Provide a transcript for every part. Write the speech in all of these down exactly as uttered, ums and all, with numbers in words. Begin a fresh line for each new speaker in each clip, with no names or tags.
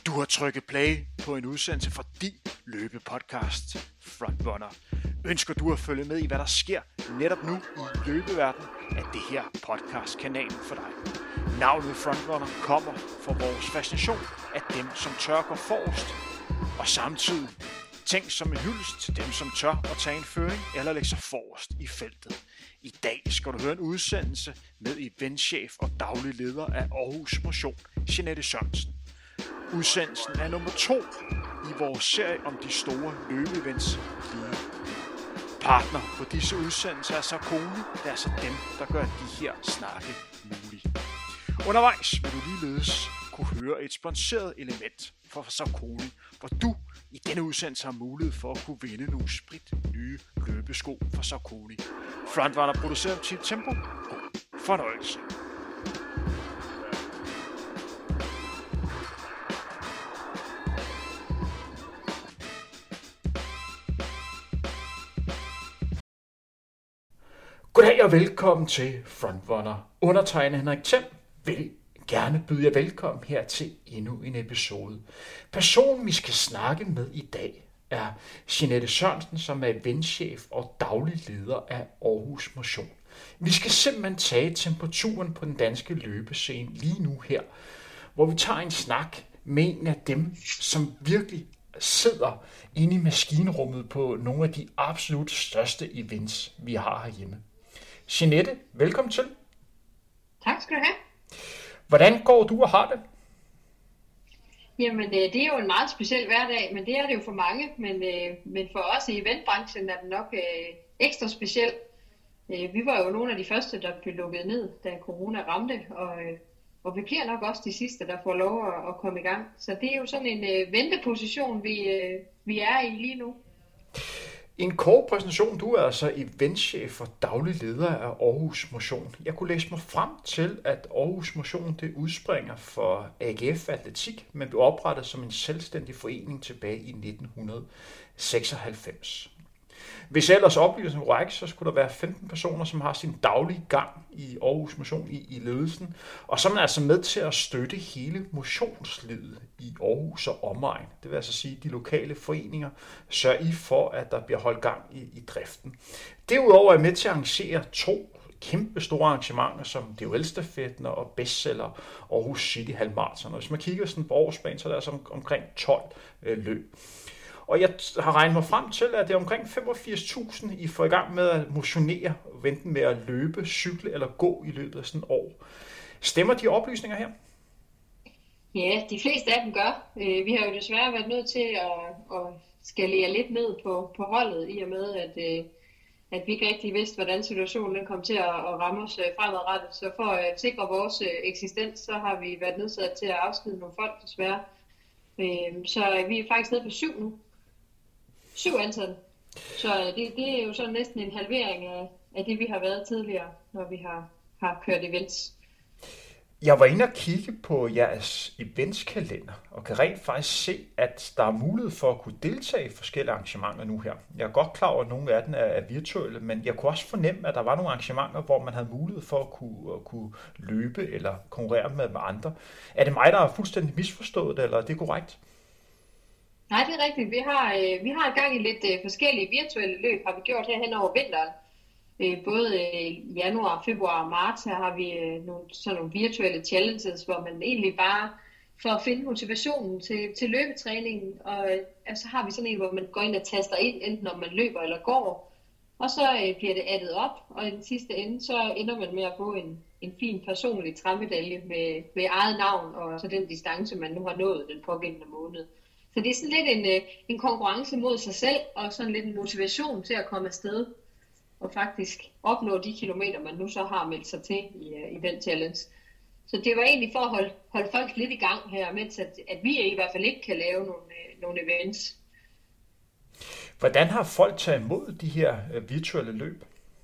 Du har trykket play på en udsendelse fra din løbepodcast Frontrunner. Ønsker du at følge med i, hvad der sker netop nu i løbeverdenen, er det her podcast-kanalen for dig. Navnet Frontrunner kommer fra vores fascination af dem, som tør gå forrest, og samtidig tænk som en hyldest til dem, som tør at tage en føring eller lægge sig forrest i feltet. I dag skal du høre en udsendelse med eventchef og daglig leder af Aarhus Motion, Jeanette Sørensen. Udsendelsen er nummer to i vores serie om de store løbeevents lige. Partner på disse udsendelser er Saucony, det er altså dem, der gør de her snakke mulige. Undervejs vil du ligeledes kunne høre et sponsoreret element fra Saucony, hvor du i denne udsendelse har mulighed for at kunne vinde nogle sprit nye løbesko fra Saucony. Frontrunner producerer Team Tempo. God fornøjelse. Goddag og velkommen til Frontrunner. Undertegnet Henrik Thiem vil gerne byde jer velkommen her til endnu en episode. Personen, vi skal snakke med i dag, er Jeanette Sørensen, som er eventchef og daglig leder af Aarhus Motion. Vi skal simpelthen tage temperaturen på den danske løbescene lige nu her, hvor vi tager en snak med en af dem, som virkelig sidder inde i maskinrummet på nogle af de absolut største events, vi har herhjemme. Jeanette, velkommen til.
Tak skal du have.
Hvordan går du og har det?
Jamen, det er jo en meget speciel hverdag, men det er det jo for mange. Men, men for os i eventbranchen er det nok ekstra speciel. Vi var jo nogle af de første, der blev lukket ned, da corona ramte, og, og vi bliver nok også de sidste, der får lov at, at komme i gang. Så det er jo sådan en venteposition, vi, vi er i lige nu.
En kort præsentation. Du er altså eventchef og daglig leder af Aarhus Motion. Jeg kunne læse mig frem til, at Aarhus Motion det udspringer for A G F Atletik, men blev oprettet som en selvstændig forening tilbage i nitten seksoghalvfems. Hvis ellers oplysningen er korrekt, så skulle der være femten personer, som har sin daglige gang i Aarhus Motion i, i ledelsen, og så er man altså med til at støtte hele motionslivet i Aarhus og omegn. Det vil altså sige, at de lokale foreninger sørger I for, at der bliver holdt gang i, i driften. Derudover er I med til at arrangere to kæmpe store arrangementer, som D H L-stafetten og bestseller Aarhus City Halvmarathon. Og hvis man kigger sådan på årsbanen, så er der altså om, omkring tolv øh, løb. Og jeg har regnet mig frem til, at det er omkring femogfirs tusind, I får i gang med at motionere, enten med at løbe, cykle eller gå i løbet af sådan et år. Stemmer de oplysninger her?
Ja, de fleste af dem gør. Vi har jo desværre været nødt til at, at skalere lidt ned på, på holdet, i og med, at, at vi ikke rigtig vidste, hvordan situationen den kom til at, at ramme os fremadrettet. Så for at sikre vores eksistens, så har vi været nødt til at afskedige nogle folk desværre. Så vi er faktisk nede på syv nu. Syv ansatte. Så det, det er jo så næsten en halvering af, af det, vi har været tidligere, når vi har, har kørt events.
Jeg var inde og kigge på jeres eventskalender, og kan rent faktisk se, at der er mulighed for at kunne deltage i forskellige arrangementer nu her. Jeg er godt klar over, at nogle af dem er virtuelle, men jeg kunne også fornemme, at der var nogle arrangementer, hvor man havde mulighed for at kunne, at kunne løbe eller konkurrere med, med andre. Er det mig, der har fuldstændig misforstået det, eller er det korrekt?
Nej, det er rigtigt. Vi har, øh, vi har i gang i lidt øh, forskellige virtuelle løb, har vi gjort her hen over vinteren. Øh, både øh, januar, februar og marts, her har vi øh, nogle, sådan nogle virtuelle challenges, hvor man egentlig bare for at finde motivationen til, til løbetræningen. Og øh, så har vi sådan en, hvor man går ind og taster ind, enten når man løber eller går. Og så øh, bliver det addet op, og i den sidste ende, så ender man med at få en, en fin personlig træmedalje med, med eget navn og så den distance, man nu har nået den pågældende måned. Så det er sådan lidt en, en konkurrence mod sig selv, og sådan lidt en motivation til at komme afsted og faktisk opnå de kilometer, man nu så har meldt sig til i, i den challenge. Så det var egentlig for at holde, holde folk lidt i gang her, mens at, at vi i hvert fald ikke kan lave nogle, nogle events.
Hvordan har folk taget imod de her virtuelle løb?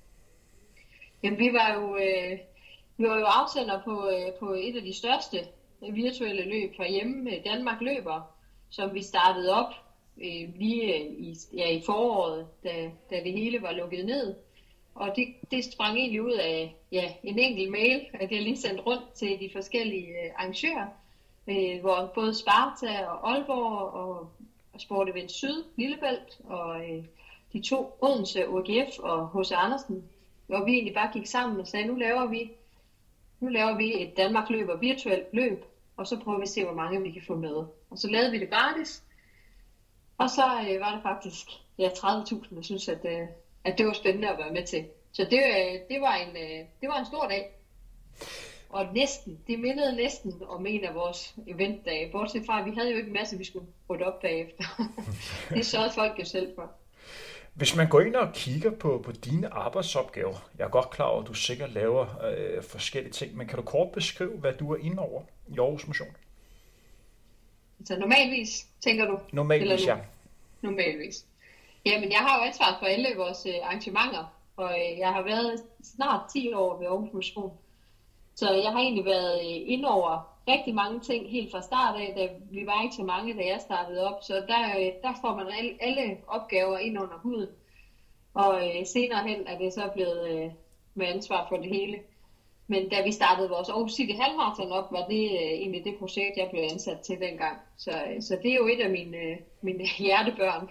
Jamen vi var jo, øh, vi var jo afsender på, øh, på et af de største virtuelle løb herhjemme, Danmark Løber, som vi startede op øh, lige i, ja, i foråret, da, da det hele var lukket ned. Og det, det sprang egentlig ud af ja, en enkelt mail, at jeg lige sendte rundt til de forskellige øh, arrangører. øh, hvor både Sparta og Aalborg og, og Sport Event Syd, Lillebælt og øh, de to Odense, O G F og H C Andersen, hvor vi egentlig bare gik sammen og sagde, nu laver vi, nu laver vi et Danmark løb og virtuelt løb, og så prøver vi at se, hvor mange vi kan få med. Og så lavede vi det gratis, og så øh, var det faktisk ja, tredive tusind, der synes, at, øh, at det var spændende at være med til. Så det, øh, det, var en, øh, det var en stor dag. Og næsten, det mindede næsten om en af vores eventdage, bortset fra, at vi havde jo ikke en masse, vi skulle rydde op bagefter. Det sørgede folk jo selv for.
Hvis man går ind og kigger på, på dine arbejdsopgaver, jeg er godt klar over, at du sikkert laver øh, forskellige ting, men kan du kort beskrive, hvad du er inde over i Aarhus Motion?
Altså normalvis, tænker du?
Normalvis, ja.
Normalvis. Jamen, jeg har jo ansvaret for alle vores øh, arrangementer, og øh, jeg har været snart ti år ved Aarhus Motion. Så jeg har egentlig været øh, inde over rigtig mange ting helt fra start af, da vi var ikke så mange, da jeg startede op. Så der, øh, der får man alle, alle opgaver ind under huden. Og øh, senere hen er det så blevet øh, med ansvar for det hele. Men da vi startede vores Aarhus City Halvmarathon op, var det øh, egentlig det projekt, jeg blev ansat til dengang. Så, øh, så det er jo et af mine, øh, mine hjertebørn.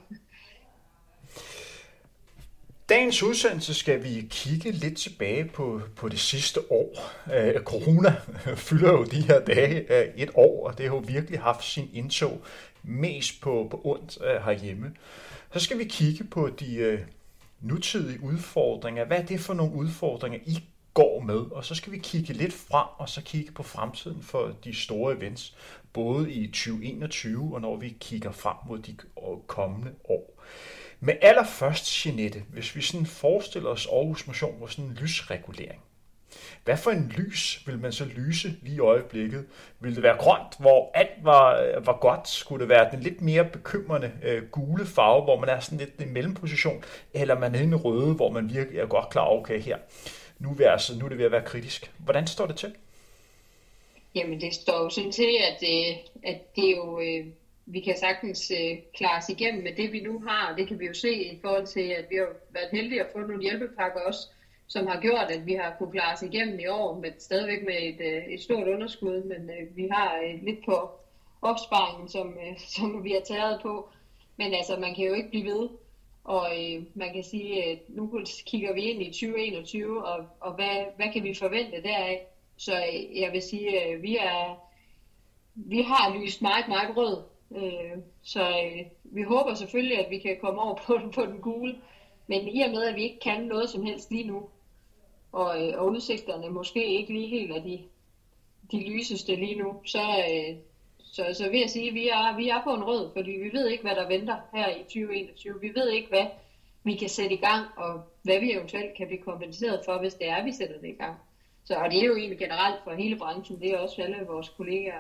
Dagens udsendelse skal vi kigge lidt tilbage på, på det sidste år. Øh, corona fylder jo de her dage øh, et år, og det har jo virkelig haft sin indtog mest på, på ondt øh, herhjemme. Så skal vi kigge på de øh, nutidige udfordringer. Hvad er det for nogle udfordringer, I går med? Og så skal vi kigge lidt frem, og så kigge på fremtiden for de store events, både i tyve enogtyve og når vi kigger frem mod de kommende år. Men allerførst, Jeanette, hvis vi sådan forestiller os Aarhus Motion hvor sådan en lysregulering. Hvad for en lys vil man så lyse lige i øjeblikket? Vil det være grønt, hvor alt var, var godt? Skulle det være den lidt mere bekymrende øh, gule farve, hvor man er sådan lidt i mellemposition? Eller man er inde i røde, hvor man virkelig er godt klar, okay her, nu er, vi altså, nu er det ved at være kritisk. Hvordan står det til?
Jamen det står jo sådan til, at, øh, at det er jo... Øh... Vi kan sagtens øh, klare os igennem med det, vi nu har, og det kan vi jo se i forhold til, at vi har været heldige at få nogle hjælpepakker også, som har gjort, at vi har kunnet klare os igennem i år, men stadigvæk med et, øh, et stort underskud, men øh, vi har øh, lidt på opsparingen, som, øh, som vi har taget på. Men altså, man kan jo ikke blive ved, og øh, man kan sige, at nu kigger vi ind i tyve enogtyve, og, og hvad, hvad kan vi forvente deraf? Så øh, jeg vil sige, at øh, vi, er, vi har lyst meget, meget rød. Øh, så øh, vi håber selvfølgelig, at vi kan komme over på, på den gule, men i og med, at vi ikke kan noget som helst lige nu, og, øh, og udsigterne måske ikke lige helt af de, de lyseste lige nu, så, øh, så, så vil jeg sige, at vi er, vi er på en rød, fordi vi ved ikke, hvad der venter her i tyve enogtyve. Vi ved ikke, hvad vi kan sætte i gang, og hvad vi eventuelt kan blive kompenseret for, hvis det er, vi sætter det i gang. Så, og det er jo egentlig generelt for hele branchen, det er også alle vores kollegaer.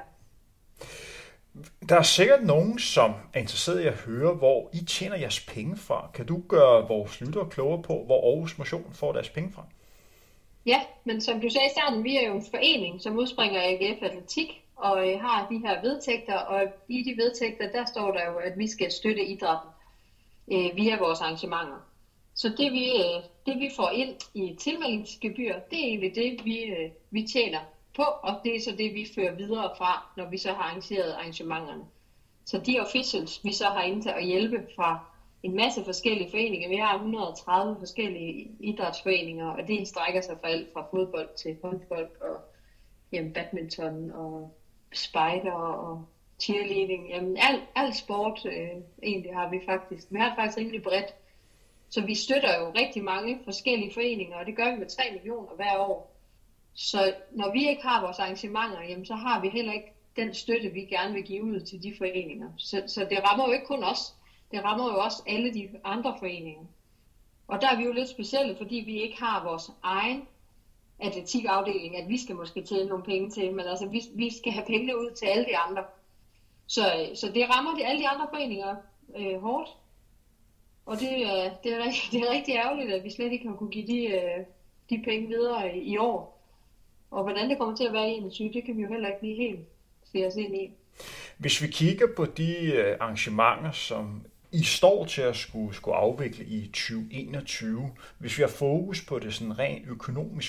Der er sikkert nogen, som er interesseret i at høre, hvor I tjener jeres penge fra. Kan du gøre vores lyttere klogere på, hvor Aarhus Motion får deres penge fra?
Ja, men som du sagde i starten, vi er jo en forening, som udspringer af A G F Atletik, og øh, har de her vedtægter, og i de vedtægter, der står der jo, at vi skal støtte idrætten øh, via vores arrangementer. Så det vi, øh, det vi får ind i tilmeldingsgebyr, det er egentlig det, vi, øh, vi tjener på, og det er så det, vi fører videre fra, når vi så har arrangeret arrangementerne. Så de officials, vi så har inde til at hjælpe fra en masse forskellige foreninger. Vi har et hundrede og tredive forskellige idrætsforeninger, og det strækker sig for alt fra fodbold til håndbold og jamen, badminton og spejder og cheerleading. Jamen, al, al sport øh, egentlig har vi faktisk. Vi har det faktisk rimelig bredt. Så vi støtter jo rigtig mange forskellige foreninger, og det gør vi med tre millioner hver år. Så når vi ikke har vores arrangementer, jamen, så har vi heller ikke den støtte, vi gerne vil give ud til de foreninger. Så, så det rammer jo ikke kun os. Det rammer jo også alle de andre foreninger. Og der er vi jo lidt specielle, fordi vi ikke har vores egen atletikafdeling, at vi skal måske tjene nogle penge til, men altså vi, vi skal have pengene ud til alle de andre. Så, så det rammer de, alle de andre foreninger øh, hårdt. Og det, øh, det, er, det er rigtig ærgerligt, at vi slet ikke har kunne give de, øh, de penge videre i, i år. Og hvordan det kommer til at være i enogtyve, det kan vi jo heller ikke lige helt se os ind i.
Hvis vi kigger på de arrangementer, som I står til at skulle, skulle afvikle i tyve enogtyve, hvis vi har fokus på det sådan rent økonomiske,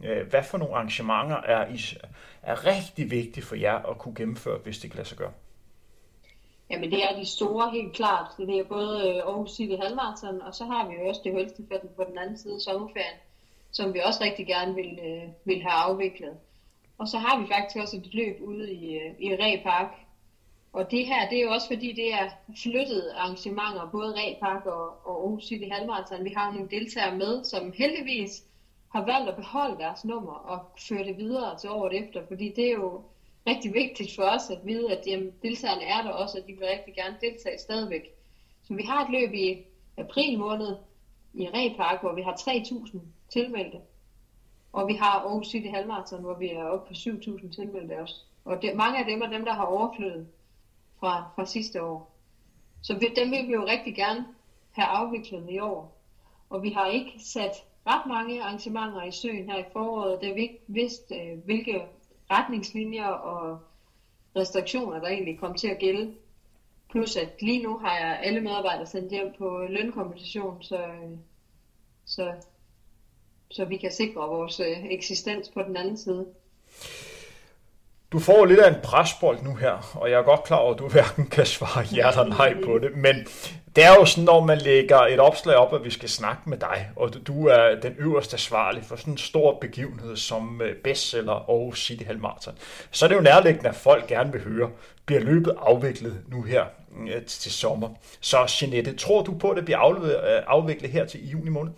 Hvad for nogle arrangementer er, I, er rigtig vigtige for jer at kunne gennemføre, hvis det kan lade sig gøre?
Jamen det er de store helt klart. Det er både Aarhus City Halmarathon, og så har vi jo også det Hølstefetten på den anden side af sommerferien, som vi også rigtig gerne vil, vil have afviklet. Og så har vi faktisk også et løb ude i, i Ree Park. Og det her, det er jo også fordi, det er flyttede arrangementer, både Ree Park og, og Aarhus City Halmarathon. Vi har jo nogle deltagere med, som heldigvis har valgt at beholde deres nummer og føre det videre til året efter. Fordi det er jo rigtig vigtigt for os at vide, at jamen, deltagerne er der også, og de vil rigtig gerne deltage stadigvæk. Så vi har et løb i april måned i Ree Park, hvor vi har tre tusind tilmeldte. Og vi har Aarhus City Halmarathon, hvor vi er oppe på syv tusind tilmeldte også. Og det, mange af dem er dem, der har overflyttet fra, fra sidste år. Så vi, dem vil vi jo rigtig gerne have afviklet i år. Og vi har ikke sat ret mange arrangementer i søen her i foråret, da vi ikke vidste, øh, hvilke retningslinjer og restriktioner, der egentlig kom til at gælde. Plus at lige nu har jeg alle medarbejdere sendt hjem på lønkompensation, så, så, så vi kan sikre vores eksistens på den anden side.
Du får lidt af en presbold nu her, og jeg er godt klar over, at du hverken kan svare ja eller nej på det, men det er jo sådan, når man lægger et opslag op, at vi skal snakke med dig, og du er den øverste ansvarlige for sådan en stor begivenhed som bestseller Aarhus City Halmarathon, så er det jo nærliggende, at folk gerne vil høre, bliver løbet afviklet nu her til sommer. Så Jeanette, tror du på, at det bliver afviklet her til juni måned?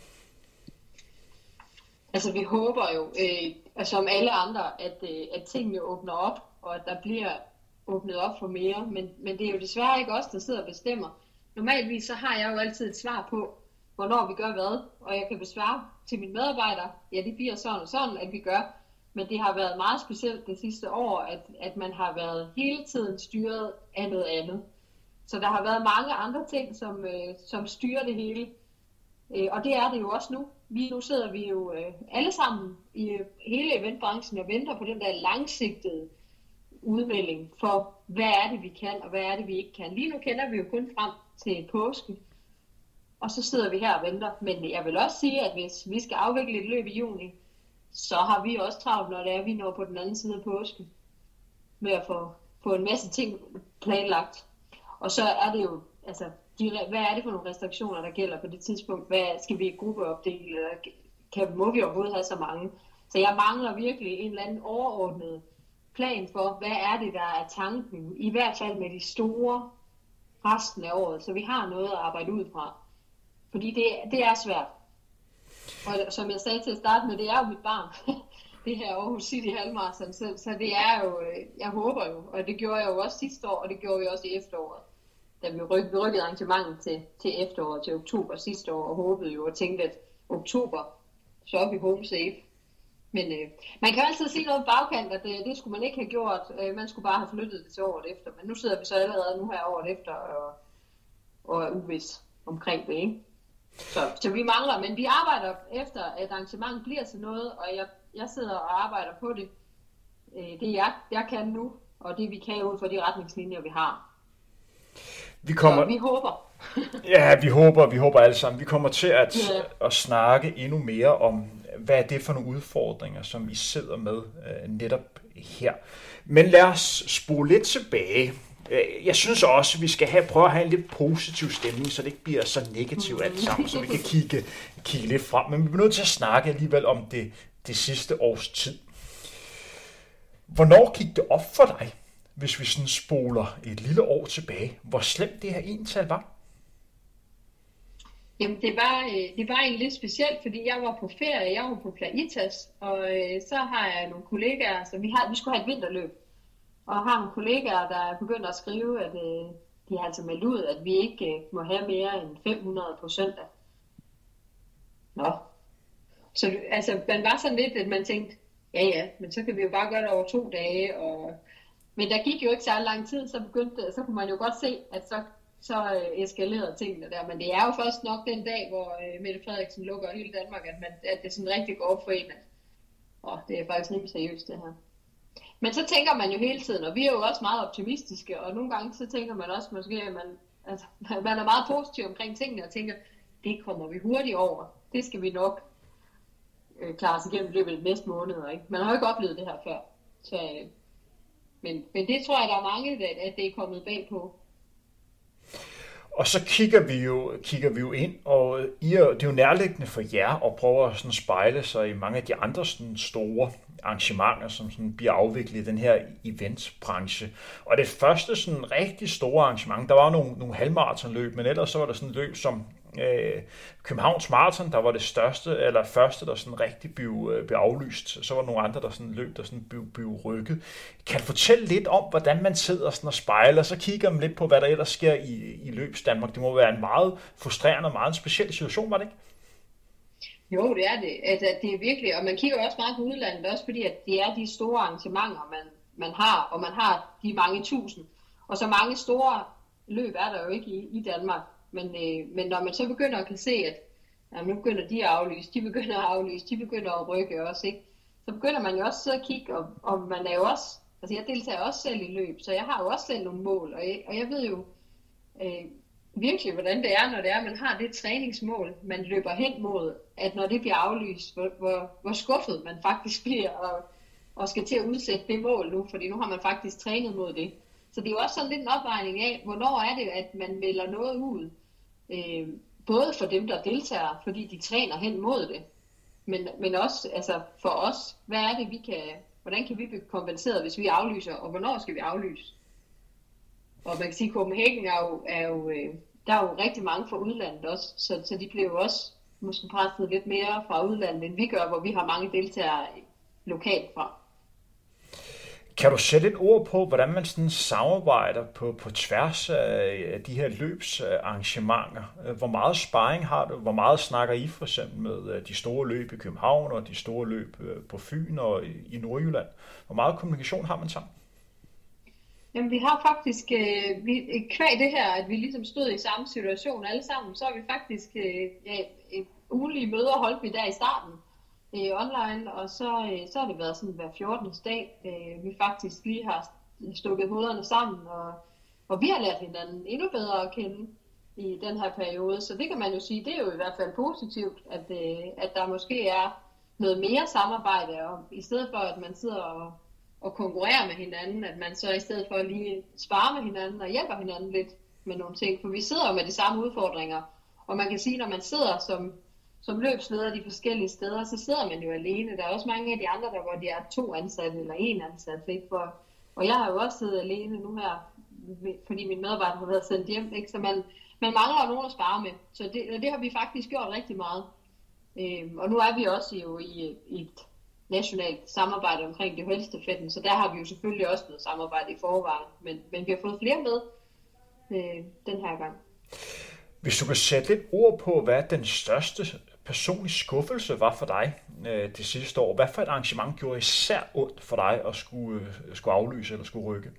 Altså vi håber jo, øh, som alle andre, at, øh, at tingene åbner op, og at der bliver åbnet op for mere, men, men det er jo desværre ikke os, der sidder og bestemmer. Normalvis så har jeg jo altid et svar på, hvornår vi gør hvad, og jeg kan besvare til mine medarbejdere, ja det bliver sådan og sådan, at vi gør, men det har været meget specielt det sidste år, at, at man har været hele tiden styret af noget andet. Så der har været mange andre ting, som, øh, som styrer det hele, øh, og det er det jo også nu. Lige nu sidder vi jo øh, alle sammen i øh, hele eventbranchen og venter på den der langsigtede udmelding for, hvad er det vi kan, og hvad er det vi ikke kan. Lige nu kender vi jo kun frem til påske, og så sidder vi her og venter. Men jeg vil også sige, at hvis vi skal afvikle et løb i juni, så har vi også travlt, når det er, vi når på den anden side af påske, med at få, få en masse ting planlagt. Og så er det jo, altså, de, hvad er det for nogle restriktioner, der gælder på det tidspunkt? Hvad skal vi gruppeopdele, eller kan, må vi overhovedet have så mange? Så jeg mangler virkelig en eller anden overordnet plan for, hvad er det, der er tanken, i hvert fald med de store resten af året, så vi har noget at arbejde ud fra. Fordi det, det er svært. Og som jeg sagde til at starte med, det er jo mit barn, det her Aarhus City Halmarathon, så, så det er jo, jeg håber jo, og det gjorde jeg jo også sidste år, og det gjorde vi også i efteråret, da vi rykkede, vi rykkede arrangementet til, til efteråret, til oktober sidste år, og håbede jo og tænkte, at oktober, så er vi home safe. Men øh, man kan altid sige noget bagkant, at øh, det skulle man ikke have gjort. Øh, man skulle bare have flyttet det til året efter. Men nu sidder vi så allerede nu her året efter og, og er uvis omkring det, ikke? Så, så vi mangler, men vi arbejder efter, at arrangementet bliver til noget, og jeg, jeg sidder og arbejder på det. Øh, det jeg, jeg kan nu, og det vi kan ud for de retningslinjer, vi har.
Vi kommer...
Så vi håber.
Ja, vi håber, vi håber alle sammen. Vi kommer til at, ja. at snakke endnu mere om, hvad er det for nogle udfordringer, som I sidder med øh, netop her. Men lad os spole lidt tilbage. Jeg synes også, at vi skal have, prøve at have en lidt positiv stemning, så det ikke bliver så negativt alt sammen, så vi kan kigge, kigge lidt frem. Men vi bliver nødt til at snakke alligevel om det, det sidste års tid. Hvornår gik det op for dig, hvis vi sådan spoler et lille år tilbage, hvor slemt det her ental var?
Jamen det var, det var egentlig lidt specielt, fordi jeg var på ferie, jeg var på Plaitas, og så har jeg nogle kollegaer, så vi, har, vi skulle have et vinterløb, og har nogle kollegaer, der er begyndt at skrive, at de har altså meldt ud, at vi ikke må have mere end fem hundrede på søndag. Nå. Så altså, man var sådan lidt, at man tænkte, ja ja, men så kan vi jo bare gøre det over to dage, og... men der gik jo ikke så lang tid, så begyndte, så kunne man jo godt se, at så så eskalerede tingene der. Men det er jo først nok den dag, hvor øh, Mette Frederiksen lukker hele Danmark, at, man, at det sådan rigtig går op for en, at åh, det er faktisk rimelig seriøst det her. Men så tænker man jo hele tiden, og vi er jo også meget optimistiske, og nogle gange så tænker man også måske, at man, altså, man er meget positiv omkring tingene, og tænker, det kommer vi hurtigt over, det skal vi nok øh, klare sig igennem løbet af næste måneder. Ikke? Man har jo ikke oplevet det her før. Så, øh, men, men det tror jeg, der er mange, at det er kommet bag på.
Og så kigger vi jo, kigger vi jo ind, og I er, det er jo nærliggende for jer at prøve at sådan spejle sig i mange af de andre sådan store arrangementer, som sådan bliver afviklet i den her eventsbranche. Og det første sådan rigtig store arrangement, der var nogle, nogle halvmaratonløb, men ellers så var der sådan et løb som øh, Københavns Marathon, der var det største, eller første, der sådan rigtig blev, øh, blev aflyst. Så var der nogle andre, der sådan løb, der sådan blev, blev rykket. Kan du fortælle lidt om, hvordan man sidder sådan og spejler, så kigger man lidt på, hvad der ellers sker i, i løbs Danmark. Det må være en meget frustrerende og meget speciel situation, var det ikke?
Jo, det er det. Altså, det er virkelig, og man kigger også meget på udlandet, også fordi at det er de store arrangementer, man, man har, og man har de mange tusind. Og så mange store løb er der jo ikke i, i Danmark. Men, øh, men når man så begynder at kan se, at jamen, nu begynder de at aflyse, de begynder at aflyse, de begynder at rykke også, ikke? Så begynder man jo også at kigge, og, og man er jo også, altså jeg deltager også selv i løb, så jeg har jo også selv nogle mål, og jeg, og jeg ved jo øh, virkelig, hvordan det er, når det er, man har det træningsmål, man løber hen mod, at når det bliver aflyst, hvor, hvor, hvor skuffet man faktisk bliver, og, og skal til at udsætte det mål nu, fordi nu har man faktisk trænet mod det. Så det er jo også sådan lidt en opvejning af, hvornår er det, at man melder noget ud, øh, både for dem, der deltager, fordi de træner hen mod det, men, men også altså for os, hvad er det, vi kan, hvordan kan vi blive kompenseret, hvis vi aflyser, og hvornår skal vi aflyse? Og man kan sige, at Copenhagen er jo, er jo, der er jo rigtig mange fra udlandet også, så, så de bliver jo også måske presset lidt mere fra udlandet, end vi gør, hvor vi har mange deltagere lokalt fra.
Kan du sætte et ord på, hvordan man sådan samarbejder på, på tværs af de her løbsarrangementer? Hvor meget sparring har du? Hvor meget snakker I for eksempel med de store løb i København og de store løb på Fyn og i Nordjylland? Hvor meget kommunikation har man sammen?
Jamen vi har faktisk, øh, vi, kvæg det her, at vi ligesom stod i samme situation alle sammen, så har vi faktisk øh, ja, et ugenlige møder holdt vi der i starten øh, online, og så, øh, så har det været sådan hver fjortende dag, øh, vi faktisk lige har stukket hovederne sammen, og, og vi har lært hinanden endnu bedre at kende i den her periode, så det kan man jo sige, det er jo i hvert fald positivt, at, øh, at der måske er noget mere samarbejde, og i stedet for at man sidder og og konkurrere med hinanden, at man så i stedet for lige sparer med hinanden og hjælper hinanden lidt med nogle ting, for vi sidder jo med de samme udfordringer, og man kan sige, når man sidder som, som løbsleder de forskellige steder, så sidder man jo alene. Der er også mange af de andre, der hvor de er to ansatte eller en ansat, ikke? For, og jeg har jo også siddet alene nu her, fordi min medarbejder har været sendt hjem, ikke? Så man, man mangler nogen at spare med, så det, og det har vi faktisk gjort rigtig meget. Øhm, og nu er vi også jo i, i et nationalt samarbejde omkring det helstafetten, så der har vi jo selvfølgelig også noget samarbejde i forvejen, men, men vi har fået flere med øh, den her gang.
Hvis du kan sætte lidt ord på, hvad den største personlige skuffelse var for dig øh, det sidste år, hvad for et arrangement gjorde især ondt for dig at skulle, øh, skulle aflyse eller skulle rykke?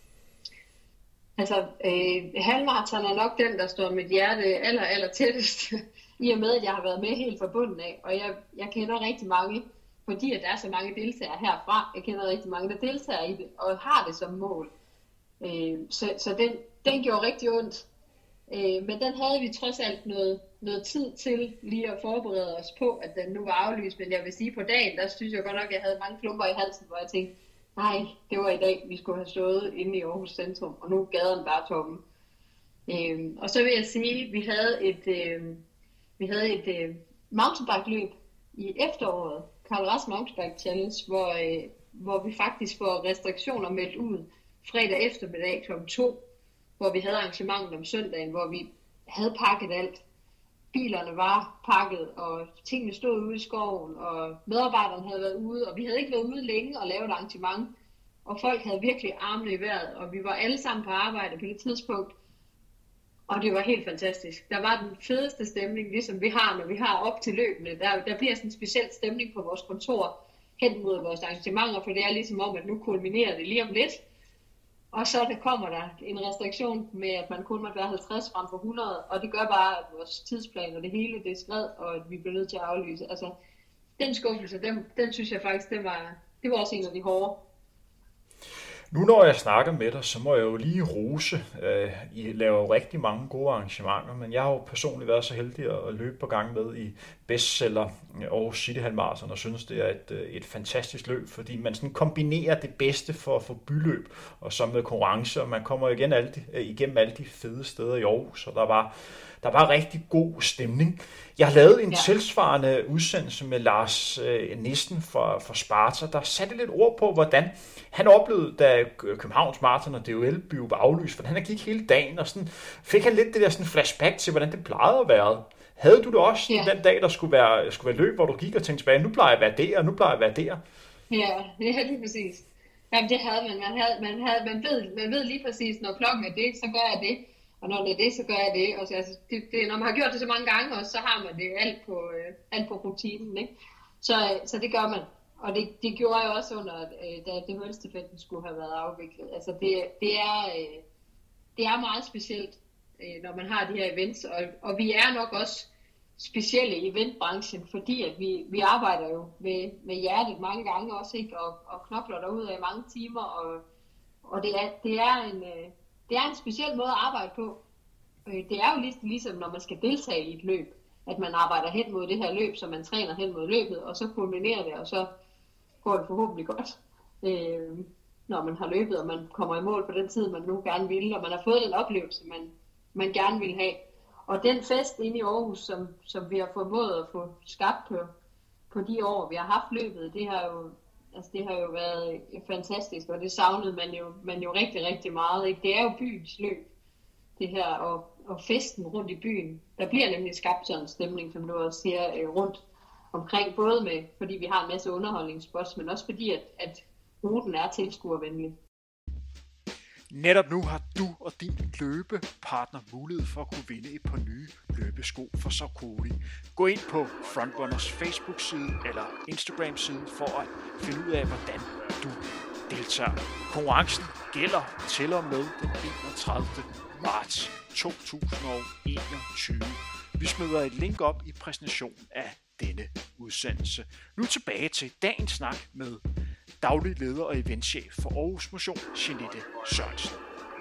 Altså, øh, halvmarathon er nok den, der står mit hjerte aller, aller tættest, i og med, at jeg har været med helt fra bunden af, og jeg, jeg kender rigtig mange, fordi at der er så mange deltagere herfra. Jeg kender rigtig mange, der deltager i det, og har det som mål. Øh, så så den, den gjorde rigtig ondt. Øh, men den havde vi trods alt noget, noget tid til lige at forberede os på, at den nu var aflyst. Men jeg vil sige, på dagen, der synes jeg godt nok, at jeg havde mange klumper i halsen, hvor jeg tænkte, nej, det var i dag, vi skulle have stået inde i Aarhus Centrum, og nu er gaden bare tomme. Øh, og så vil jeg sige, at vi havde et, øh, vi havde et øh, mountainbike-løb i efteråret, Carl Ras Mountainbike Challenge, hvor, øh, hvor vi faktisk får restriktioner meldt ud fredag eftermiddag klokken to, hvor vi havde arrangementet om søndagen, hvor vi havde pakket alt. Bilerne var pakket, og tingene stod ude i skoven, og medarbejderne havde været ude, og vi havde ikke været ude længe og lavet et arrangement, og folk havde virkelig armene i vejret, og vi var alle sammen på arbejde på det tidspunkt, og det var helt fantastisk. Der var den fedeste stemning, ligesom vi har, når vi har op til løbende. Der, der bliver sådan en speciel stemning på vores kontor hen mod vores arrangementer, for det er ligesom om, at nu kulminerer det lige om lidt. Og så der kommer der en restriktion med, at man kun måtte være halvtreds frem for hundrede, og det gør bare, at vores tidsplan og det hele det er skred, og at vi bliver nødt til at aflyse. Altså, den skuffelse, den, den synes jeg faktisk, det var, det var også en af de hårde.
Nu når jeg snakker med dig, så må jeg jo lige rose. I laver jo rigtig mange gode arrangementer, men jeg har jo personligt været så heldig at løbe på gang med i bestseller Aarhus City Halmarathon, og synes, det er et, et fantastisk løb, fordi man sådan kombinerer det bedste for, for byløb, og så med konkurrence, og man kommer igen alle de, igennem alle de fede steder i Aarhus, og der var, der var rigtig god stemning. Jeg har lavet en ja. tilsvarende udsendelse med Lars øh, Nissen fra, fra Sparta, der satte lidt ord på, hvordan han oplevede, da Københavns Marathon og D H L blev aflyst, hvordan han gik hele dagen, og sådan fik han lidt det der sådan flashback til, hvordan det plejede at være. Havde du det også ja. den dag, der skulle være, skulle være løb, hvor du gik og tænkte tilbage, nu plejer jeg at være der, og nu plejer jeg at være der?
Ja, det er lige præcis. Jamen det havde man. Man, havde, man, havde, man, ved, man ved lige præcis, når klokken er det, så gør jeg det. Og når det er det, så gør jeg det. Og så, altså, det, det når man har gjort det så mange gange, og så har man det alt på, øh, alt på rutinen. Ikke? Så, så det gør man. Og det, det gjorde jeg også under, øh, da D H L-stafetten skulle have været afviklet. Altså det, det, er, øh, det er meget specielt, øh, når man har de her events. Og, og vi er nok også specielle i eventbranchen, fordi at vi, vi arbejder jo med, med hjertet mange gange også, ikke? Og, og knokler derud af mange timer. Og, og det, er, det, er en, øh, det er en speciel måde at arbejde på. Det er jo ligesom, ligesom når man skal deltage i et løb, at man arbejder hen mod det her løb, så man træner hen mod løbet, og så kulminerer det, og så går det forhåbentlig godt, øh, når man har løbet, og man kommer i mål på den tid, man nu gerne vil, og man har fået den oplevelse, man, man gerne vil have. Og den fest inde i Aarhus, som, som vi har formået at få skabt på, på de år, vi har haft løbet, det har jo, altså det har jo været fantastisk, og det savnede man jo, man jo rigtig, rigtig meget. Ikke? Det er jo byens løb, det her, og, og festen rundt i byen. Der bliver nemlig skabt sådan en stemning, som du også siger, øh, rundt omkring, både med, fordi vi har en masse underholdningsspots, men også fordi, at, at ruten er tilskuervenlig.
Netop nu har du og din løbepartner mulighed for at kunne vinde et par nye løbesko fra Saucony. Gå ind på Frontrunners Facebook-side eller Instagram-side for at finde ud af, hvordan du deltager. Konkurrencen gælder til og med den enogtredivte marts to tusind enogtyve. Vi smider et link op i præsentationen af denne udsendelse. Nu tilbage til dagens snak med daglig leder og eventchef for Aarhus Motion, Jeanette Sørensen.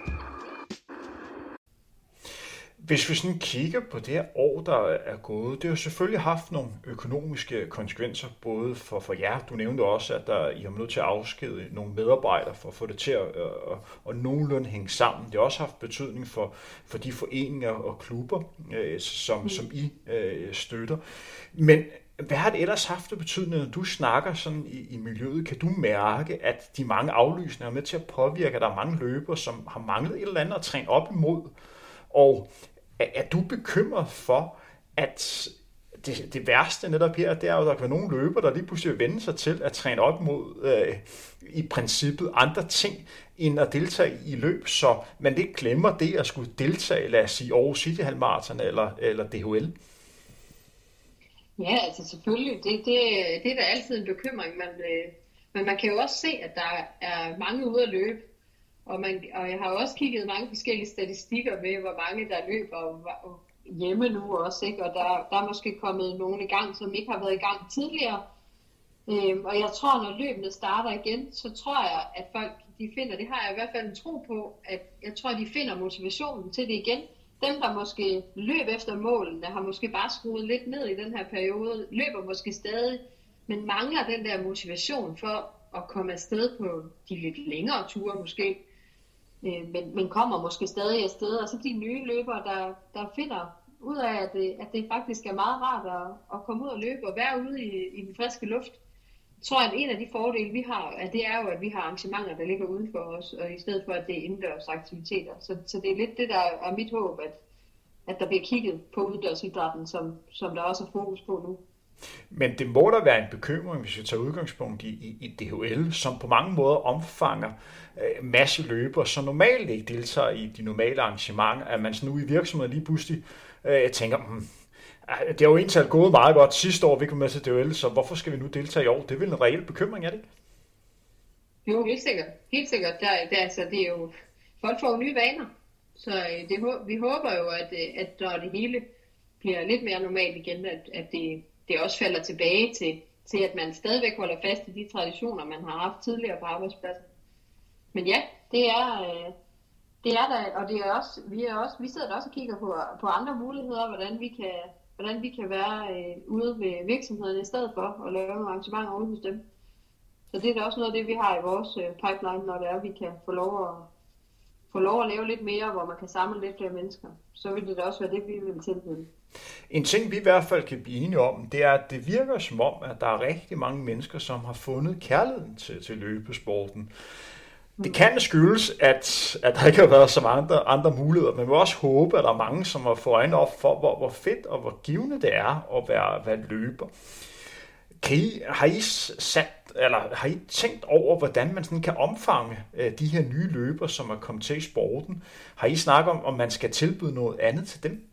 Hvis vi sådan kigger på det her år, der er gået, det har jo selvfølgelig haft nogle økonomiske konsekvenser, både for, for jer. Du nævnte også, at der, I har nødt til at afskede nogle medarbejdere for at få det til at, at, at nogenlunde hænge sammen. Det har også haft betydning for, for de foreninger og klubber, øh, som, mm. som I øh, støtter. Men hvad har det ellers haft af betydning, når du snakker sådan i, i miljøet? Kan du mærke, at de mange aflysninger er med til at påvirke, at der er mange løbere, som har manglet et eller andet at træne op imod? Og er du bekymret for, at det, det værste netop her, det er jo, at der kan være nogle løbere, der lige pludselig vil vende sig til at træne op mod øh, i princippet andre ting, end at deltage i løb, så man ikke glemmer det at skulle deltage, lad os sige, Aarhus City Halmarathon eller, eller D H L?
Ja, altså selvfølgelig. Det, det, det er da altid en bekymring, men, øh, men man kan jo også se, at der er mange ude at løbe. Og, man, og jeg har også kigget mange forskellige statistikker med, hvor mange der løber og, hjemme nu også, ikke? Og der, der er måske kommet nogen i gang, som ikke har været i gang tidligere. Øhm, og jeg tror, når løbene starter igen, så tror jeg, at folk de finder, det har jeg i hvert fald en tro på, at jeg tror, at de finder motivationen til det igen. Dem, der måske løb efter målene, har måske bare skruet lidt ned i den her periode, løber måske stadig, men mangler den der motivation for at komme afsted på de lidt længere ture måske. Men, men kommer måske stadig afsted, og så de nye løbere, der, der finder ud af, at det, at det faktisk er meget rart at, at komme ud og løbe og være ude i, i den friske luft. Jeg tror, at en af de fordele, vi har, at det er jo, at vi har arrangementer, der ligger ude for os, og i stedet for, at det er indendørs aktiviteter. Så, så det er lidt det, der er mit håb, at, at der bliver kigget på udendørsidrætten, som, som der også er fokus på nu.
Men det må da være en bekymring, hvis vi tager udgangspunkt i, i, i D H L, som på mange måder omfanger øh, masse løbere, som normalt ikke deltager i de normale arrangementer, at man sådan nu i virksomheden lige pludselig øh, tænker, hmm, det har jo egentlig gået meget godt sidste år, vi kom med til D H L, så hvorfor skal vi nu deltage i år? Det er vel en reel bekymring, er det ikke?
Jo, helt sikkert. Helt sikkert. Der, der, altså, det er jo, folk får jo nye vaner, så øh, det, vi håber jo, at, at når det hele bliver lidt mere normalt igen, at, at det det også falder tilbage til, til, at man stadigvæk holder fast i de traditioner, man har haft tidligere på arbejdspladsen. men ja, det er, øh, det er der, og det er også, vi er også, vi sidder der også og kigger på, på andre muligheder, hvordan vi kan, hvordan vi kan være øh, ude ved virksomhederne i stedet for at lave nogle arrangementer ude hos dem. Så det er da også noget af det, vi har i vores øh, pipeline, når det er, at vi kan få lov at få lov at lave lidt mere, hvor man kan samle lidt flere mennesker. Så vil det da også være det, vi vil tilbyde.
En ting, vi i hvert fald kan blive enige om, det er, at det virker som om, at der er rigtig mange mennesker, som har fundet kærligheden til, til løbesporten. Det kan skyldes, at, at der ikke har været så mange andre, andre muligheder, men vi må også håbe, at der er mange, som har fået øjnene op for, hvor, hvor fedt og hvor givende det er at være, være løber. Kan I, har I sat, eller har I tænkt over, hvordan man sådan kan omfange øh, de her nye løber, som er kommet til i sporten? Har I snakket om, om man skal tilbyde noget andet til dem?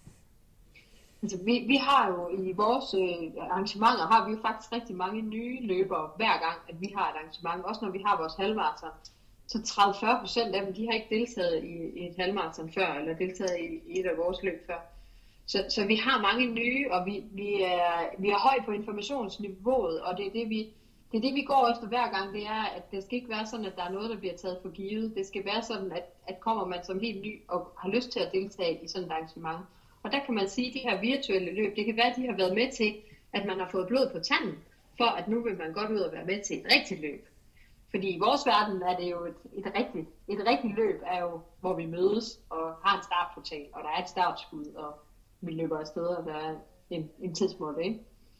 Altså, vi, vi har jo i vores øh, arrangementer, har vi jo faktisk rigtig mange nye løbere hver gang, at vi har et arrangement. Også når vi har vores halvmarathon. Så tredive til fyrre procent af dem, de har ikke deltaget i, i et halvmarathon før, eller deltaget i, i et af vores løb før. Så, så vi har mange nye, og vi, vi, er, vi er højt på informationsniveauet, og det er det, vi, det er det, vi går efter hver gang. Det er, at det skal ikke være sådan, at der er noget, der bliver taget for givet. Det skal være sådan, at, at kommer man som helt ny og har lyst til at deltage i sådan et arrangement. Og der kan man sige, at de her virtuelle løb, det kan være, at de har været med til, at man har fået blod på tanden, for at nu vil man godt ud og være med til et rigtigt løb. Fordi i vores verden er det jo et, et, rigtigt, et rigtigt løb, er jo, hvor vi mødes og har en startportal, og der er et startskud, og vi løber afsted, og der er en, en tidsmål, ikke?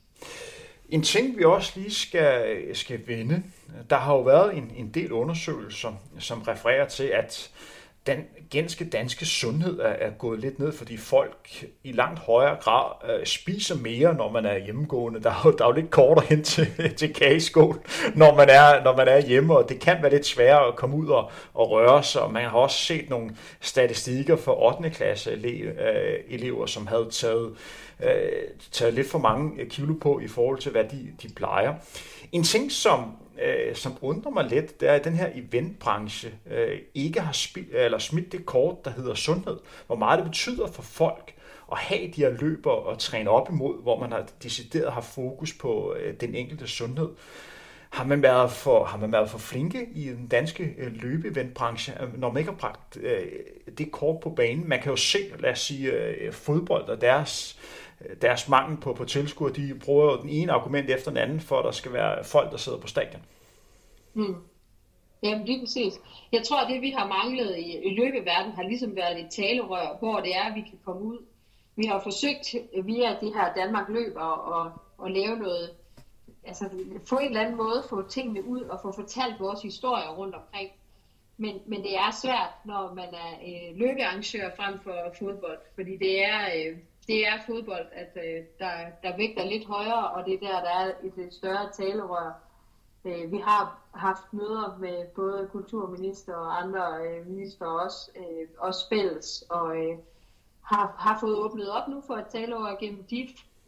En ting, vi også lige skal, skal vende, der har jo været en, en del undersøgelser, som refererer til, at den ganske danske sundhed er, er gået lidt ned, fordi folk i langt højere grad øh, spiser mere, når man er hjemmegående. Der er jo, der er jo lidt kortere hen til, til kageskål, når man, er, når man er hjemme, og det kan være lidt sværere at komme ud og, og røre sig. Man har også set nogle statistikker for ottende klasse elever, som havde taget, øh, taget lidt for mange kilo på i forhold til, hvad de, de plejer. En ting, som Øh, som undrer mig lidt, det er, at den her eventbranche øh, ikke har spil- eller smidt det kort, der hedder sundhed. Hvor meget det betyder for folk at have de her løber og træne op imod, hvor man har decideret har fokus på øh, den enkelte sundhed. Har man været for, har man været for flinke i den danske øh, løbeeventbranche, når man ikke har bragt øh, det kort på banen? Man kan jo se, lad os sige, øh, fodbold og deres deres mangel på, på tilskuer, de bruger jo den ene argument efter den anden, for at der skal være folk, der sidder på stadion.
Hmm. Jamen, lige præcis. Jeg tror, at det, vi har manglet i, i løbeverdenen, har ligesom været et talerør, hvor det er, at vi kan komme ud. Vi har forsøgt via de her Danmark løber at, at lave noget, altså på en eller anden måde få tingene ud og få fortalt vores historier rundt omkring. Men, men det er svært, når man er øh, løbearrangør frem for fodbold, fordi det er... Øh, Det er fodbold, at øh, der, der vægter lidt højere, og det er der, der er et, et større talerør. Øh, vi har haft møder med både kulturminister og andre øh, minister også, øh, også fælles, og øh, har, har fået åbnet op nu for et talerør gennem D I F,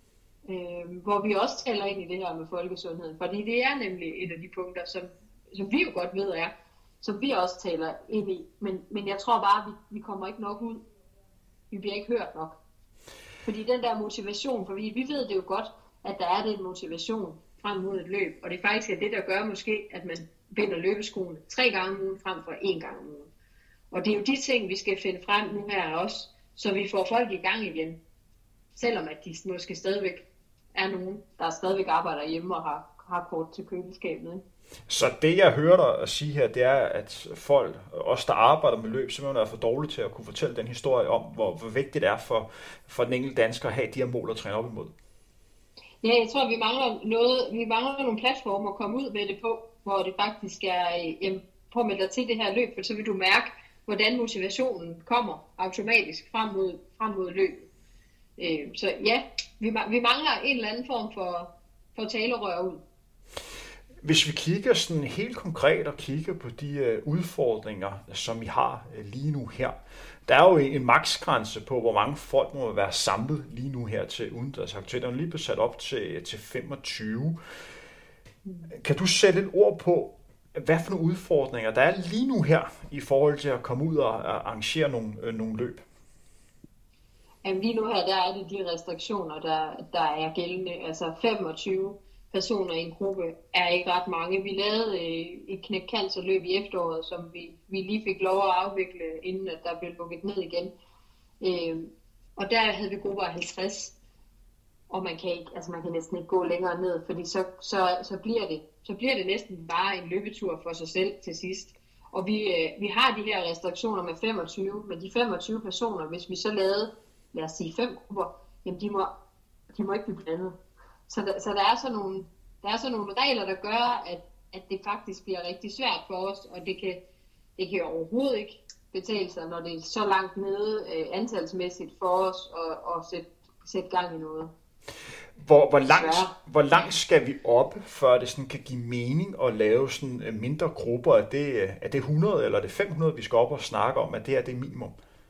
øh, hvor vi også taler ind i det her med folkesundheden. Fordi det er nemlig et af de punkter, som, som vi jo godt ved er, som vi også taler ind i. Men, men jeg tror bare, at vi, vi kommer ikke nok ud. Vi bliver ikke hørt nok. Fordi den der motivation, for vi, vi ved det jo godt, at der er den motivation frem mod et løb. Og det er faktisk det, der gør måske, at man binder løbeskoene tre gange om ugen frem for én gang om ugen. Og det er jo de ting, vi skal finde frem nu her også, så vi får folk i gang igen. Selvom at de måske stadigvæk er nogen, der stadigvæk arbejder hjemme og har, har kort til køleskabet. Ikke?
Så det, jeg hører dig at sige her, det er, at folk, os der arbejder med løb, simpelthen er for dårlige til at kunne fortælle den historie om, hvor, hvor vigtigt det er for, for den enkelte dansker at have de her mål at træne op imod.
Ja, jeg tror, vi mangler noget, vi mangler nogle platformer at komme ud med det på, hvor det faktisk er, jamen, prøv at melde dig til det her løb, for så vil du mærke, hvordan motivationen kommer automatisk frem mod, frem mod løbet. Øh, så ja, vi, vi mangler en eller anden form for, for talerør ud.
Hvis vi kigger sådan helt konkret og kigger på de uh, udfordringer, som vi har uh, lige nu her, der er jo en maksgrænse på, hvor mange folk må være samlet lige nu her til udendørsaktiviteter. Den er lige blevet sat op til, til femogtyve. Kan du sætte et ord på, hvad for nogle udfordringer der er lige nu her, i forhold til at komme ud og arrangere nogle, uh, nogle løb?
Jamen lige nu her, der er det de restriktioner, der, der er gældende. Altså femogtyve personer i en gruppe er ikke ret mange. Vi lavede øh, et knæk-cancer-løb i efteråret, som vi, vi lige fik lov at afvikle, inden at der blev lukket ned igen. Øh, og der havde vi grupper af halvtreds, og man kan, ikke, altså man kan næsten ikke gå længere ned, fordi så, så, så, bliver det, så bliver det næsten bare en løbetur for sig selv til sidst. Og vi, øh, vi har de her restriktioner med femogtyve, men de femogtyve personer, hvis vi så lavede, lad os sige fem grupper, jamen de må, de må ikke blive blandet. Så, der, så der, er så nogle, der er så nogle regler, der gør, at, at det faktisk bliver rigtig svært for os, og det kan, det kan overhovedet ikke betale sig, når det er så langt nede øh, antalsmæssigt for os at, at sætte, sætte gang i noget.
Hvor, hvor, langt, hvor langt skal vi op, før det sådan kan give mening at lave sådan mindre grupper? Er det, er det hundrede eller er det fem hundrede, vi skal op og snakke om, at det her det er minimum?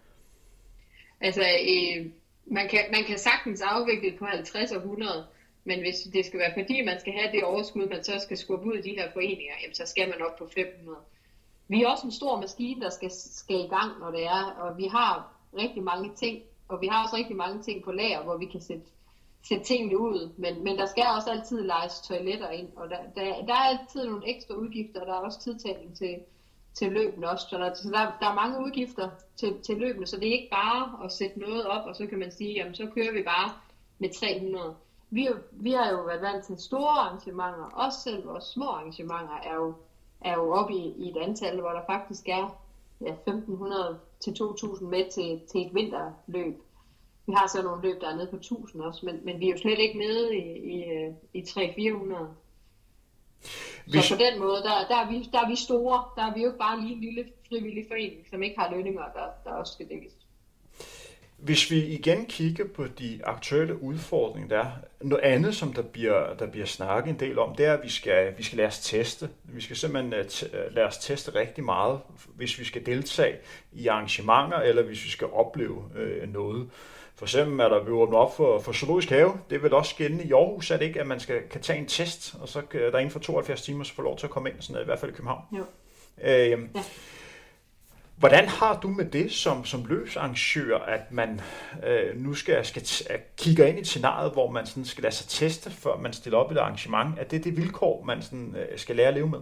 Altså, øh, man, kan, man kan sagtens afvikle på halvtreds og hundrede, men hvis det skal være fordi, man skal have det overskud, man så skal skubbe ud i de her foreninger, jamen, så skal man op på fem hundrede. Vi er også en stor maskine, der skal, skal i gang, når det er, og vi har rigtig mange ting, og vi har også rigtig mange ting på lager, hvor vi kan sætte sætte tingene ud, men, men der skal også altid lejes toiletter ind, og der, der, der er altid nogle ekstra udgifter, og der er også tidtagning til, til løbene også, så, der, så der, der er mange udgifter til, til løbene, så det er ikke bare at sætte noget op, og så kan man sige, jamen så kører vi bare med tre hundrede. Vi, vi har jo været vant til store arrangementer, også selv vores små arrangementer er jo, er jo oppe i, i et antal, hvor der faktisk er ja, femten hundrede til to tusind med til, til et vinterløb. Vi har så nogle løb, der er nede på tusind også, men, men vi er jo slet ikke nede i, i, i tre til fire hundrede. Hvis... Så på den måde, der, der, er vi, der er vi store. Der er vi jo ikke bare lige en lille frivillig forening, som ikke har lønninger, der, der også skal dækkes.
Hvis vi igen kigger på de aktuelle udfordringer, der er noget andet, som der bliver, der bliver snakket en del om, det er, at vi skal, vi skal lade os teste. Vi skal simpelthen lade os teste rigtig meget, hvis vi skal deltage i arrangementer, eller hvis vi skal opleve øh, noget. For eksempel er der vi åbner op for, for Zoologisk Have. Det er vel også gældende i Aarhus, er det ikke, at man skal, kan tage en test, og så kan der inden for tooghalvfjerds timer så få lov til at komme ind, sådan i hvert fald i København.
Jo.
Øh,
ja.
Hvordan har du med det som, som løbsarrangør, at man øh, nu skal, skal t- kigge ind i et scenarie, hvor man sådan skal lade sig teste, før man stiller op i et arrangement? Er det det vilkår, man sådan, øh, skal lære at leve med?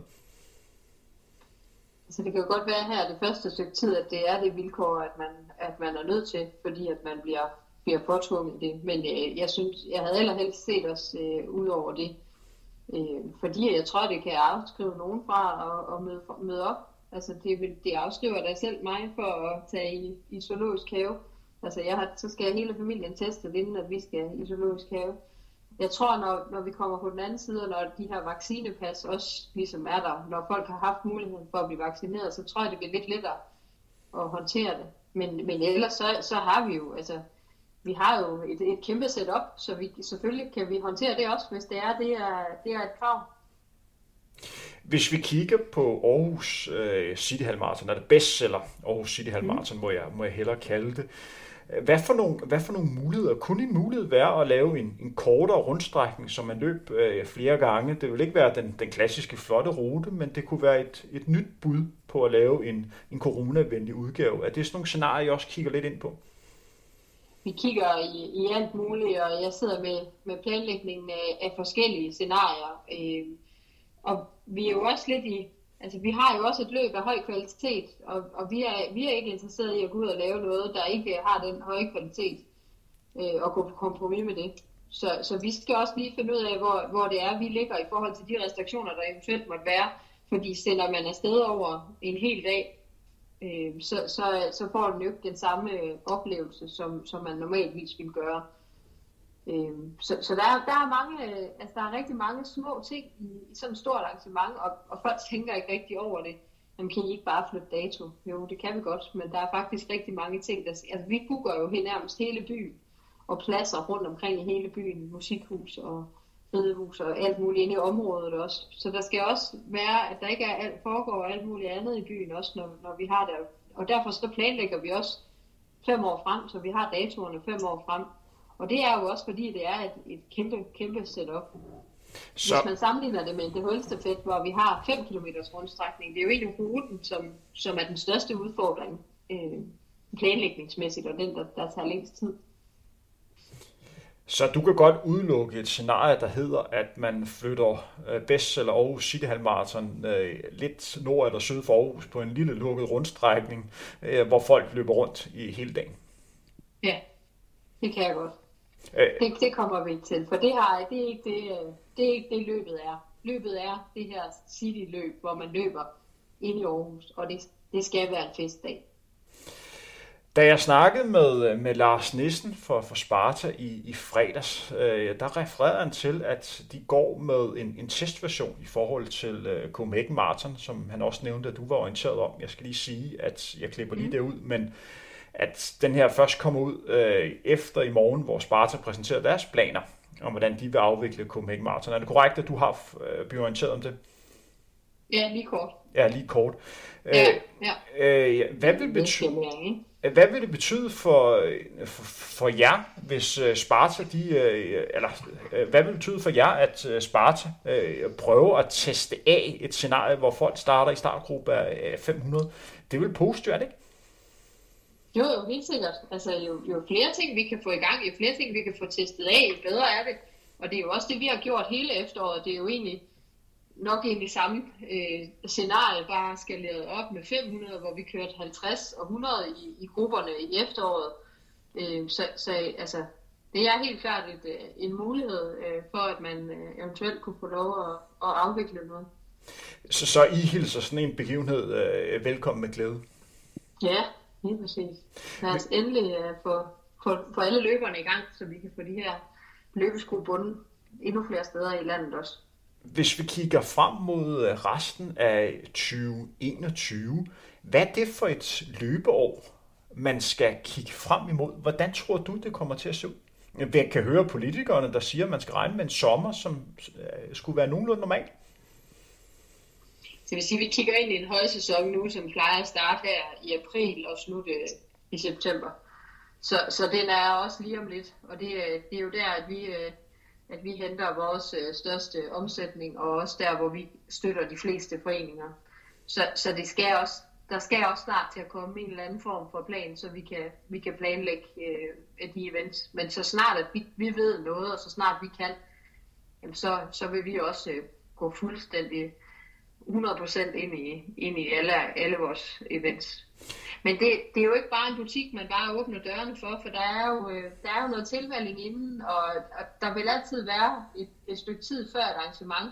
Så det kan jo godt være her det første stykke tid, at det er det vilkår, at man, at man er nødt til, fordi at man bliver, bliver påtvunget det. Men øh, jeg synes, jeg havde allerhelst set os øh, ud over det. Øh, fordi jeg tror, det kan afskrive nogen fra at, at møde, møde op. Altså det, vil, det afskriver da selv mig for at tage i, i Zoologisk Have. Altså jeg har, så skal hele familien testet, inden at vi skal i Zoologisk Have. Jeg tror, når, når vi kommer på den anden side, og når de her vaccinepas også ligesom er der, når folk har haft muligheden for at blive vaccineret, så tror jeg, det bliver lidt lettere at håndtere det. Men, men ellers så, så har vi jo, altså, vi har jo et, et kæmpe setup, så vi, selvfølgelig kan vi håndtere det også, hvis det er, det er, det er et krav.
Hvis vi kigger på Aarhus uh, City Halmarathon, er det bestseller Aarhus City Halmarathon, mm. må, jeg, må jeg hellere kalde det. Hvad for, nogle, hvad for nogle muligheder? Kunne en mulighed være at lave en, en kortere rundstrækning, som man løb øh, flere gange? Det vil ikke være den, den klassiske flotte rute, men det kunne være et, et nyt bud på at lave en, en coronavenlig udgave. Er det sådan nogle scenarier, I også kigger lidt ind på?
Vi kigger i, i alt muligt, og jeg sidder med, med planlægningen af, af forskellige scenarier. Øh, og vi er jo også lidt i... Altså, vi har jo også et løb af høj kvalitet, og, og vi, er, vi er ikke interesseret i at gå ud og lave noget, der ikke har den høje kvalitet, øh, og gå på kompromis med det. Så, så vi skal også lige finde ud af, hvor, hvor det er, vi ligger i forhold til de restriktioner, der eventuelt måtte være. Fordi sender man afsted over en hel dag, øh, så, så, så får den jo ikke den samme oplevelse, som, som man normalvis ville gøre. Øhm, så så der, er, der er mange, altså der er rigtig mange små ting i, i sådan et stort arrangement, og, og folk tænker ikke rigtig over det. Jamen kan I ikke bare flytte dato? Jo, det kan vi godt, men der er faktisk rigtig mange ting, der, altså vi booker jo helt nærmest hele byen, og pladser rundt omkring i hele byen, musikhus og ridehus og alt muligt inde i området også. Så der skal også være, at der ikke er alt, foregår alt muligt andet i byen også, når, når vi har det. Og derfor så planlægger vi også fem år frem, så vi har datoerne fem år frem. Og det er jo også fordi, det er et, et kæmpe, kæmpe setup. Så... Hvis man sammenligner det med det hulstafet, hvor vi har fem kilometers rundstrækning, det er jo egentlig ruten, som, som er den største udfordring øh, planlægningsmæssigt, og den, der, der tager længst tid.
Så du kan godt udelukke et scenarie, der hedder, at man flytter bestseller Aarhus City Halvmarathon lidt nord eller syd for Aarhus på en lille lukket rundstrækning, hvor folk løber rundt i hele dagen.
Ja, det kan jeg godt. Det, det kommer vi ikke til, for det, har, det, er ikke det, det er ikke det løbet er. Løbet er det her city-løb, hvor man løber ind i Aarhus, og det, det skal være en festdag.
Da jeg snakkede med, med Lars Nissen for, for Sparta i, i fredags, øh, der refererede han til, at de går med en, en testversion i forhold til øh, Copenhagen Marathon, som han også nævnte, at du var orienteret om. Jeg skal lige sige, at jeg klipper lige mm. det ud, men at den her først kommer ud øh, efter i morgen, hvor Sparta præsenterer deres planer om, hvordan de vil afvikle Copenhagen Marathon. Er det korrekt, at du har øh, blivet orienteret om det?
Ja, lige kort.
Ja, lige kort.
Ja, ja.
Øh, hvad, vil betyde, hvad vil det betyde for, for, for jer, hvis Sparta, de, eller hvad vil det betyde for jer, at Sparta øh, prøver at teste af et scenarie, hvor folk starter i startgruppe af fem hundrede? Det er vel positivt, ikke?
Jo, jo, helt sikkert. Altså, jo, jo flere ting, vi kan få i gang, jo flere ting, vi kan få testet af, jo bedre er det. Og det er jo også det, vi har gjort hele efteråret. Det er jo egentlig nok egentlig samme øh, scenarie, bare skaleret op med fem hundrede, hvor vi kørte halvtreds og hundrede i, i grupperne i efteråret. Øh, så, så altså, det er helt klart et, en mulighed øh, for, at man øh, eventuelt kunne få lov at, at afvikle noget.
Så, så I hilser sådan en begivenhed øh, velkommen med glæde?
Ja, helt præcis. Lad os endelig uh, få, få, få alle løberne i gang, så vi kan få de her løbesko bundet endnu flere steder i landet også.
Hvis vi kigger frem mod resten af tyve enogtyve, hvad er det for et løbeår, man skal kigge frem imod? Hvordan tror du, det kommer til at se ud? Jeg kan høre politikerne, der siger, at man skal regne med en sommer, som skulle være nogenlunde normal.
Det vil sige, at vi kigger ind i en højsæson nu, som plejer at starte her i april og slutte i september. Så, så den er også lige om lidt, og det, det er jo der, at vi, at vi henter vores største omsætning, og også der, hvor vi støtter de fleste foreninger. Så, så det skal også, der skal også snart til at komme en eller anden form for plan, så vi kan, vi kan planlægge øh, de events. Men så snart, at vi, vi ved noget, og så snart vi kan, jamen så, så vil vi også øh, gå fuldstændig hundrede procent ind i, ind i alle, alle vores events. Men det, det er jo ikke bare en butik, man bare åbner dørene for, for der er jo, der er jo noget tilmelding inden, og, og der vil altid være et, et stykke tid før et arrangement,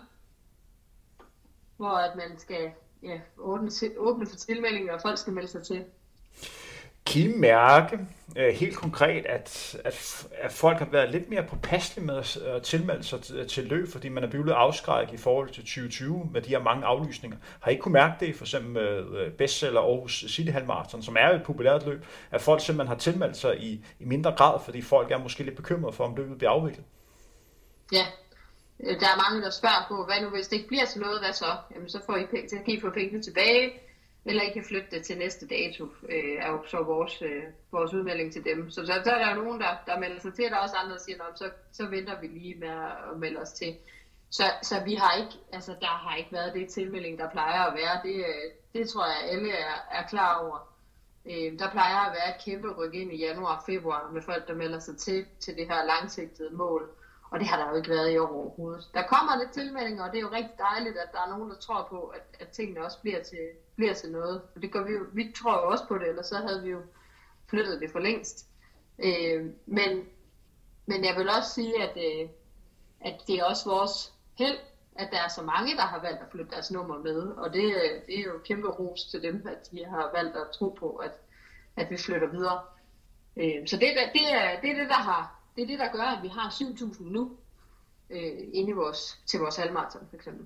hvor at man skal ja, åbne, åbne for tilmelding, og folk skal melde sig til.
Kan I mærke helt konkret, at, at, at folk har været lidt mere påpasselige med at tilmelde sig til, til løb, fordi man er blevet afskrækket i forhold til tyve tyve med de her mange aflysninger? Har I ikke kunne mærke det, for eksempel med bestseller Aarhus City Halvmarathon, som er et populært løb, at folk simpelthen har tilmeldt sig i, i mindre grad, fordi folk er måske lidt bekymrede for, om løbet bliver afviklet?
Ja, der er mange, der spørger på, hvad nu hvis det ikke bliver til noget, hvad så? Jamen, så får I penge, så kan I få pengene tilbage, eller I kan flytte det til næste dato, øh, er jo så vores, øh, vores udmelding til dem. Så, så, så er der jo nogen, der, der melder sig til, og der er også andre, der siger, så, så venter vi lige med at melde os til. Så, så vi har ikke, altså der har ikke været det tilmelding, der plejer at være. Det, det tror jeg, alle er, er klar over. Øh, der plejer at være et kæmpe ryk ind i januar og februar med folk, der melder sig til, til det her langsigtede mål. Og det har der jo ikke været i år overhovedet. Der kommer lidt tilmeldinger, og det er jo rigtig dejligt, at der er nogen, der tror på, at, at tingene også bliver til, bliver til noget. Og det gør vi jo, vi tror jo også på det, ellers så havde vi jo flyttet det for længst. Øh, men, men jeg vil også sige, at, øh, at det er også vores held, at der er så mange, der har valgt at flytte deres nummer med. Og det, det er jo kæmpe ros til dem, at de har valgt at tro på, at, at vi flytter videre. Øh, så det, det, er, det er det, der har... Det er det, der gør, at vi har syv tusind nu øh, inde i vores, til vores halvmarathon for eksempel.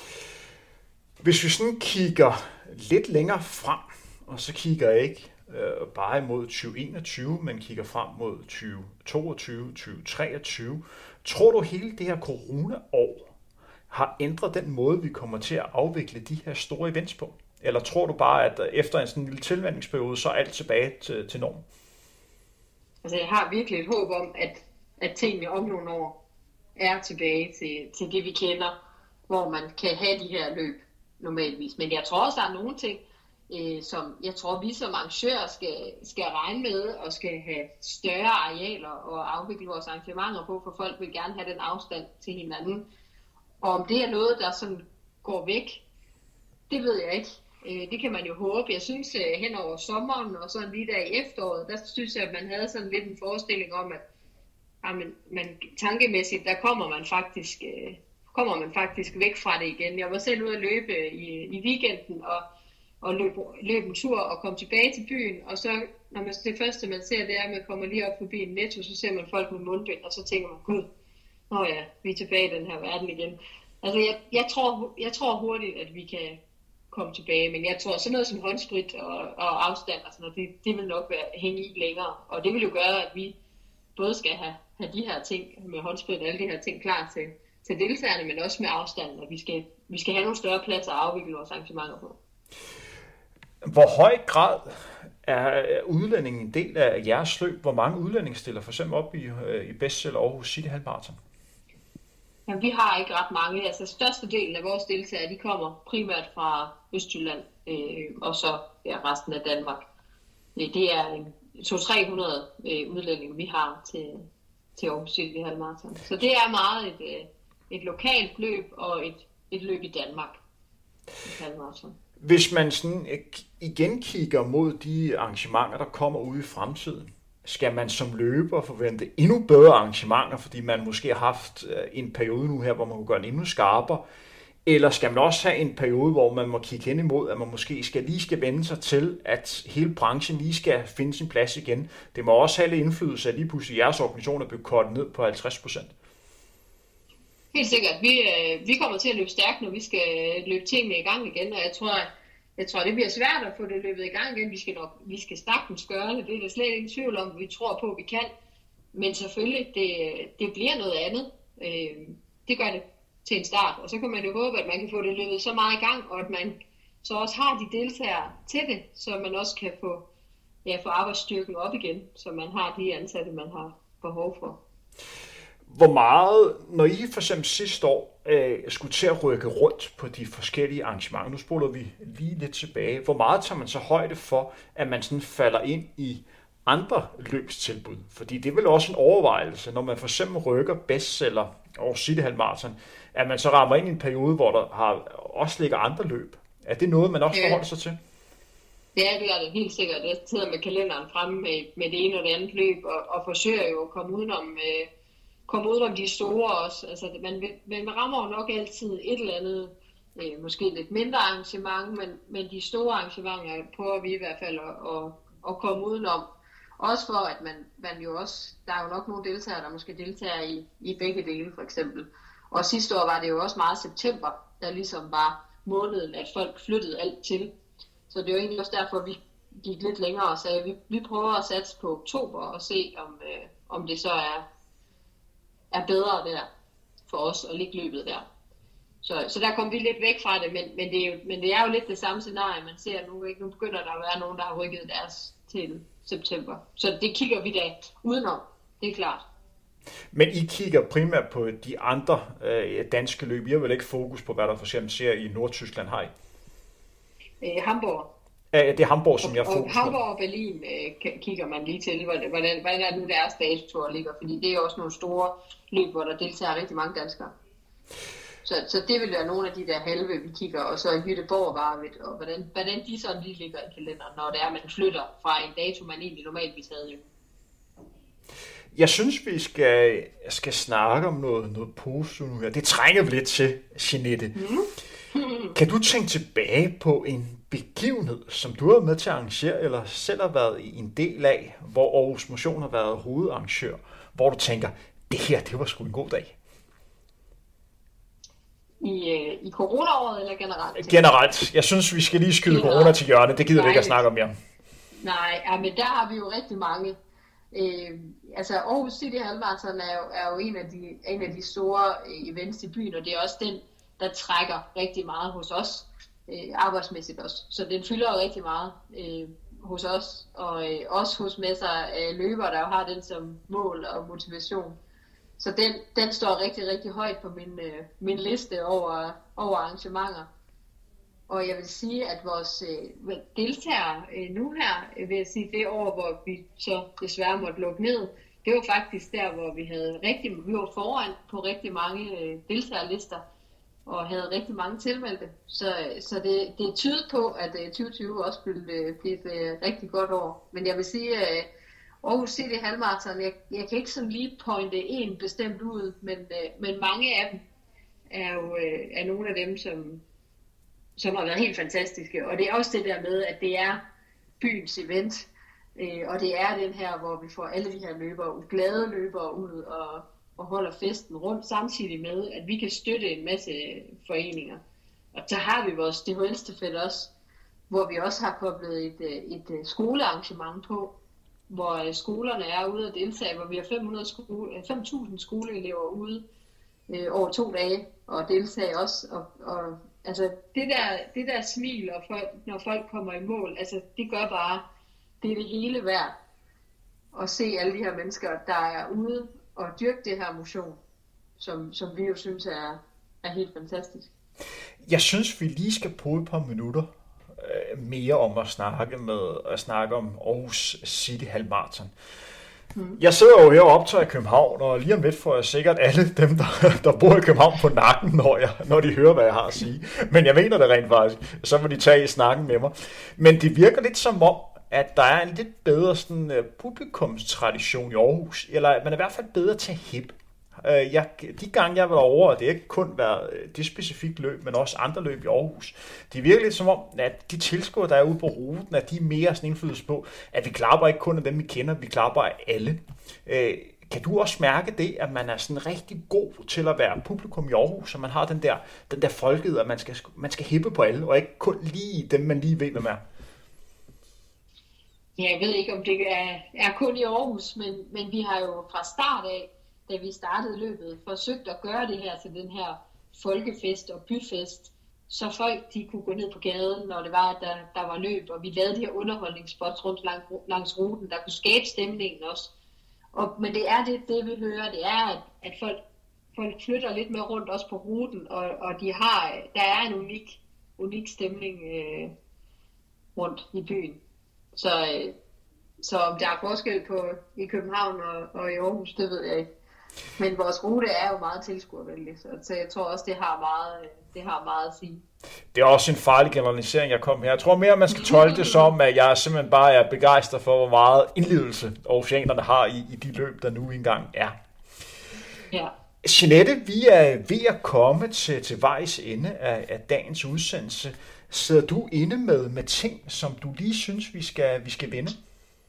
Hvis vi sådan kigger lidt længere frem, og så kigger jeg ikke øh, bare imod tyve enogtyve, men kigger frem mod tyve toogtyve, tyve treogtyve, tror du hele det her corona-år har ændret den måde, vi kommer til at afvikle de her store events på? Eller tror du bare, at efter en sådan lille tilvændingsperiode, så er alt tilbage til, til normen?
Altså jeg har virkelig et håb om, at, at tingene om nogle år er tilbage til, til det, vi kender, hvor man kan have de her løb normalvis. Men jeg tror også, der er nogle ting, øh, som jeg tror, vi som arrangører skal, skal regne med, og skal have større arealer og afvikle vores arrangementer på, for folk vil gerne have den afstand til hinanden. Og om det er noget, der sådan går væk, det ved jeg ikke. Øh, det kan man jo håbe. Jeg synes, øh, hen over sommeren og sådan lige der i efteråret, der synes jeg, at man havde sådan lidt en forestilling om, at jamen, man, tankemæssigt, der kommer man faktisk... Øh, kommer man faktisk væk fra det igen. Jeg var selv ude at løbe i, i weekenden og, og løb, løb en tur og kom tilbage til byen, og så, når man, det første man ser, det er, at man kommer lige op forbi en Netto, så ser man folk med mundbind, og så tænker man, gud, nå ja, vi er tilbage i den her verden igen. Altså, jeg, jeg, tror, jeg tror hurtigt, at vi kan komme tilbage, men jeg tror, sådan noget som håndsprit og, og afstand, og sådan noget, det, det vil nok være hænge i længere, og det vil jo gøre, at vi både skal have, have de her ting med håndsprit og alle de her ting klar til til deltagerne, men også med afstanden, og vi skal, vi skal have nogle større pladser at afvikle vores arrangementer på.
Hvor høj grad er udlændingen en del af jeres løb? Hvor mange udlændinge stiller for eksempel op i, i bestseller Aarhus City Halmarathon?
Jamen, vi har ikke ret mange. Altså, størstedelen af vores deltagere, de kommer primært fra Østjylland, øh, og så ja, resten af Danmark. Det er to til tre hundrede øh, udlændinge, vi har til, til Aarhus City Halmarathon. Så det er meget et øh, et lokalt løb og et, et løb i Danmark.
Hvis man sådan igen kigger mod de arrangementer, der kommer ude i fremtiden, skal man som løber forvente endnu bedre arrangementer, fordi man måske har haft en periode nu her, hvor man kan gøre det endnu skarpere, eller skal man også have en periode, hvor man må kigge hen imod, at man måske skal, lige skal vende sig til, at hele branchen lige skal finde sin plads igen. Det må også have lidt indflydelse, at lige pludselig jeres organisation er blevet kortet ned på halvtreds procent.
Helt sikkert. Vi, øh, vi kommer til at løbe stærkt, når vi skal løbe tingene i gang igen, og jeg tror, jeg tror, det bliver svært at få det løbet i gang igen. Vi skal nok, vi skal sagtens gøre det, det er der slet ikke tvivl om, vi tror på, at vi kan. Men selvfølgelig, det, det bliver noget andet. Øh, det gør det til en start, og så kan man jo håbe, at man kan få det løbet så meget i gang, og at man så også har de deltagere til det, så man også kan få, ja, få arbejdsstyrken op igen, så man har de ansatte, man har behov for.
Hvor meget, når I for eksempel sidste år øh, skulle til at rykke rundt på de forskellige arrangementer, nu spoler vi lige lidt tilbage, hvor meget tager man så højde for, at man sådan falder ind i andre løbstilbud? Fordi det er vel også en overvejelse, når man for eksempel rykker bestseller over City Halmarathon, at man så rammer ind i en periode, hvor der har også ligger andre løb. Er det noget, man også forholder sig til?
Ja, det er det helt sikkert. Jeg sidder med kalenderen fremme med, med det ene og det andet løb, og, og forsøger jo at komme udenom... Øh, komme ud om de store også. Altså, man, man rammer jo nok altid et eller andet, øh, måske lidt mindre arrangement, men, men de store arrangementer prøver vi i hvert fald at, at, at komme udenom. Også for, at man, man jo også, der er jo nok nogle deltagere, der måske deltager i, i begge dele for eksempel. Og sidste år var det jo også meget september, der ligesom var måneden, at folk flyttede alt til. Så det er jo egentlig også derfor, vi gik lidt længere og sagde, at vi, vi prøver at satse på oktober og se, om, øh, om det så er er bedre der for os at ligge løbet der. Så, så der kom vi lidt væk fra det, men, men, det er jo, men det er jo lidt det samme scenarie, man ser nu. Ikke? Nu begynder der at være nogen, der har rykket deres til september. Så det kigger vi da udenom, det er klart.
Men I kigger primært på de andre øh, danske løb. I har vel ikke fokus på, hvad der for eksempel ser i Nordtyskland, har I?
Øh, Hamburg.
Ja, det er Hamburg, som jeg fokuserer på.
Hamburg og Berlin øh, kigger man lige til, hvordan, hvordan er det nu deres status ligger, fordi det er også nogle store løb, hvor der deltager rigtig mange danskere. Så, så det vil være nogle af de der halve, vi kigger, og så Göteborg og Varvet, og hvordan, hvordan de sådan lige ligger i kalenderen, når det er, man flytter fra en dato, man egentlig normalt vil tage.
Jeg synes, vi skal, skal snakke om noget, noget positivt nu her. Det trænger vi lidt til, Jeanette. Mm. Kan du tænke tilbage på en begivenhed, som du har med til at arrangere, eller selv har været en del af, hvor Aarhus Motion har været hovedarrangør, hvor du tænker, det her, det var sgu en god dag?
I, øh, i coronaåret eller generelt?
Generelt. Jeg synes, vi skal lige skyde generelt. Corona til hjørne. Det gider vi ikke at snakke om mere.
Nej, ja, men der har vi jo rigtig mange. Øh, altså Aarhus City Halmarathon er jo, er jo en, af de, en af de store events i byen, og det er også den, der trækker rigtig meget hos os, øh, arbejdsmæssigt også. Så den fylder jo rigtig meget øh, hos os, og øh, også hos masser af løbere, der jo har den som mål og motivation. Så den, den står rigtig, rigtig højt på min, øh, min liste over, over arrangementer. Og jeg vil sige, at vores øh, deltagere øh, nu her, øh, vil jeg sige, det år, hvor vi så desværre måtte lukke ned, det var faktisk der, hvor vi havde rigtig, vi var foran på rigtig mange øh, deltagerlister, og havde rigtig mange tilmeldte. Så, så det, det er tydet på, at øh, tyve tyve også ville øh, blive et øh, rigtig godt år. Men jeg vil sige, at øh, Aarhus City Halvmarathon, jeg, jeg kan ikke sådan lige pointe en bestemt ud, men, øh, men mange af dem er jo øh, er nogle af dem, som, som har været helt fantastiske. Og det er også det der med, at det er byens event, øh, og det er den her, hvor vi får alle de her løbere, glade løbere ud og, og holder festen rundt, samtidig med, at vi kan støtte en masse foreninger. Og så har vi vores D H L-stafet også, hvor vi også har koblet et, et, et skolearrangement på, hvor skolerne er ude at deltage, hvor vi har fem hundrede skole, fem tusind skoleelever ude øh, over to dage og deltage også. Og, og altså det der, det der smil, og folk, når folk kommer i mål, altså det gør bare, det er det hele værd at se alle de her mennesker, der er ude og dyrke det her motion, som, som vi jo synes er, er helt fantastisk.
Jeg synes, vi lige skal bruge et par minutter mere om at snakke med at snakke om Aarhus City Halvmarathon. Mm. Jeg sidder jo her og optager i København, og lige om lidt får jeg sikkert alle dem, der, der bor i København på nakken, når, jeg, når de hører, hvad jeg har at sige. Men jeg mener det rent faktisk. Så må de tage i snakken med mig. Men det virker lidt som om, at der er en lidt bedre sådan, uh, publikumstradition i Aarhus, eller at man er i hvert fald bedre til hip. Uh, jeg, de gange jeg har været over, og det er ikke kun været det specifikke løb, men også andre løb i Aarhus, det virker lidt som om, at de tilskuere, der er ude på ruten, at de er mere sådan indflydelse på, at vi klapper ikke kun af dem, vi kender, vi klapper af alle. Uh, kan du også mærke det, at man er sådan rigtig god til at være publikum i Aarhus, så man har den der, den der folkehed, at man skal, man skal hippe på alle, og ikke kun lige dem, man lige ved, hvem er?
Jeg ved ikke, om det er, er kun i Aarhus, men, men vi har jo fra start af, da vi startede løbet, forsøgt at gøre det her til den her folkefest og byfest, så folk de kunne gå ned på gaden, når det var, at der, der var løb, og vi lavede de her underholdningsspots rundt lang, langs ruten, der kunne skabe stemningen også. Og, men det er det, det, vi hører, det er, at, at folk, folk flytter lidt mere rundt også på ruten, og, og de har, der er en unik, unik stemning øh, rundt i byen. Så, øh, så om der er forskel på i København og, og i Aarhus, det ved jeg ikke. Men vores rute er jo meget tilskuervenlig, så jeg tror også, det har meget, det har meget at sige.
Det er også en farlig generalisering, jeg kom her. Jeg tror mere, man skal tolke det som, at jeg simpelthen bare er begejstret for, hvor meget indlevelse aarhusianerne har i, i de løb, der nu engang er.
Ja.
Jeanette, vi er ved at komme til, til vejs ende af, af dagens udsendelse. Sidder du inde med, med ting, som du lige synes, vi skal, vi skal vende?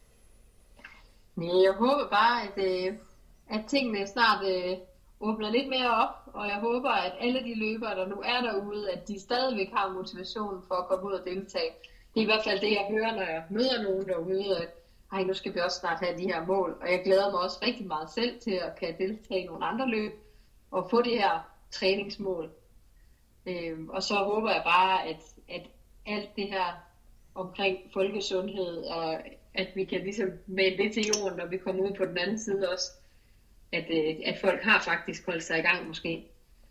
Nej, jeg håber bare, at, øh, at tingene snart øh, åbner lidt mere op, og jeg håber, at alle de løbere, der nu er derude, at de stadigvæk har motivationen for at komme ud og deltage. Det er i hvert fald det, jeg hører, når jeg møder nogen derude, at ej, nu skal vi også snart have de her mål, og jeg glæder mig også rigtig meget selv til at kan deltage i nogle andre løb, og få de her træningsmål. Øhm, og så håber jeg bare, at, at alt det her omkring folkesundhed, og at vi kan ligesom male det til jorden, når vi kommer ud på den anden side også, at, at folk har faktisk holdt sig i gang måske,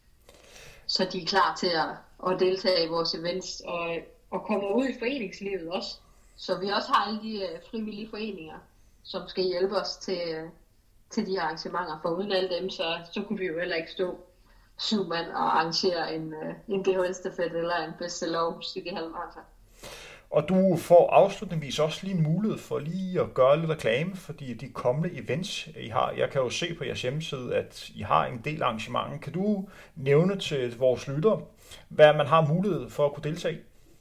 så de er klar til at, at deltage i vores events, og, og kommer ud i foreningslivet også, så vi også har alle de frivillige foreninger, som skal hjælpe os til, til de arrangementer, for uden alle dem, så, så kunne vi jo heller ikke stå syv mand og arrangere en, en D H L-stafet eller en bestseller City Halvmarathon.
Og du får afslutningsvis også lige mulighed for lige at gøre lidt reklame, fordi de kommende events, I har, jeg kan jo se på jeres hjemmeside, at I har en del arrangementer. Kan du nævne til vores lyttere, hvad man har mulighed for at kunne deltage i?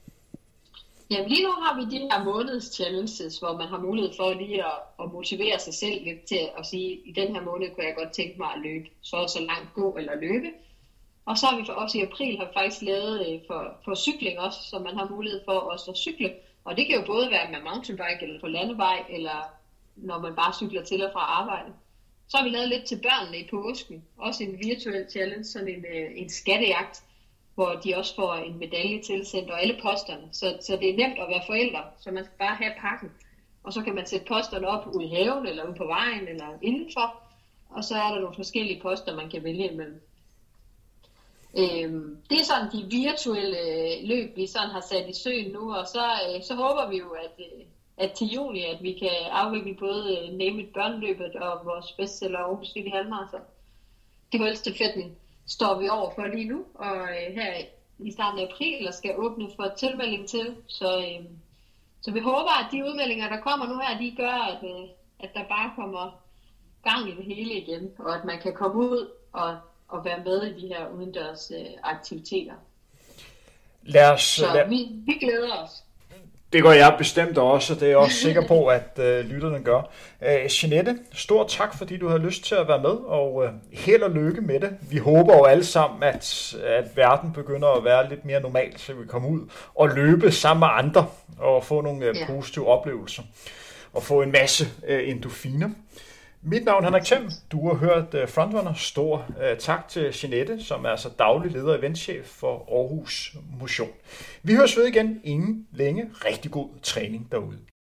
Jamen lige nu har vi de her måneds challenges, hvor man har mulighed for lige at, at motivere sig selv lidt til at sige, i den her måned kunne jeg godt tænke mig at løbe så så langt gå eller løbe. Og så har vi for også i april har vi faktisk lavet for, for cykling også, så man har mulighed for også at cykle. Og det kan jo både være med mountainbike eller på landevej, eller når man bare cykler til og fra arbejde. Så har vi lavet lidt til børnene i påsken. Også en virtuel challenge, sådan en, en skattejagt, hvor de også får en medalje tilsendt og alle posterne. Så, så det er nemt at være forældre, så man skal bare have pakken. Og så kan man sætte posterne op ude i haven, eller ude på vejen, eller indenfor. Og så er der nogle forskellige poster, man kan vælge imellem. Øhm, det er sådan de virtuelle løb, vi sådan har sat i søen nu, og så, øh, så håber vi jo, at, øh, at til juni, at vi kan afvikle både øh, Name It børneløbet og vores bestseller Aarhus City Halvmarathon. Det holdstafetten står vi over for lige nu, og øh, her i starten af april og skal åbne for tilmelding til, så, øh, så vi håber, at de udmeldinger, der kommer nu her, de gør, at, øh, at der bare kommer gang i det hele igen, og at man kan komme ud og og være med i de her udendørs øh, aktiviteter.
Lad os,
Så
lad...
vi, vi glæder os.
Det gør jeg bestemt også, og det er jeg også sikker på, at øh, lytterne gør. Øh, Jeanette, stor tak, fordi du har lyst til at være med, og øh, held og lykke med det. Vi håber jo alle sammen, at, at verden begynder at være lidt mere normal, så vi kommer ud og løbe sammen med andre, og få nogle øh,
Ja.
positive oplevelser, og få en masse øh, endorfiner. Mit navn er Henrik Thiem. Du har hørt uh, Frontrunner. Stor uh, tak til Jeanette, som er altså daglig leder og eventchef for Aarhus Motion. Vi høres ved igen inden længe. Rigtig god træning derude.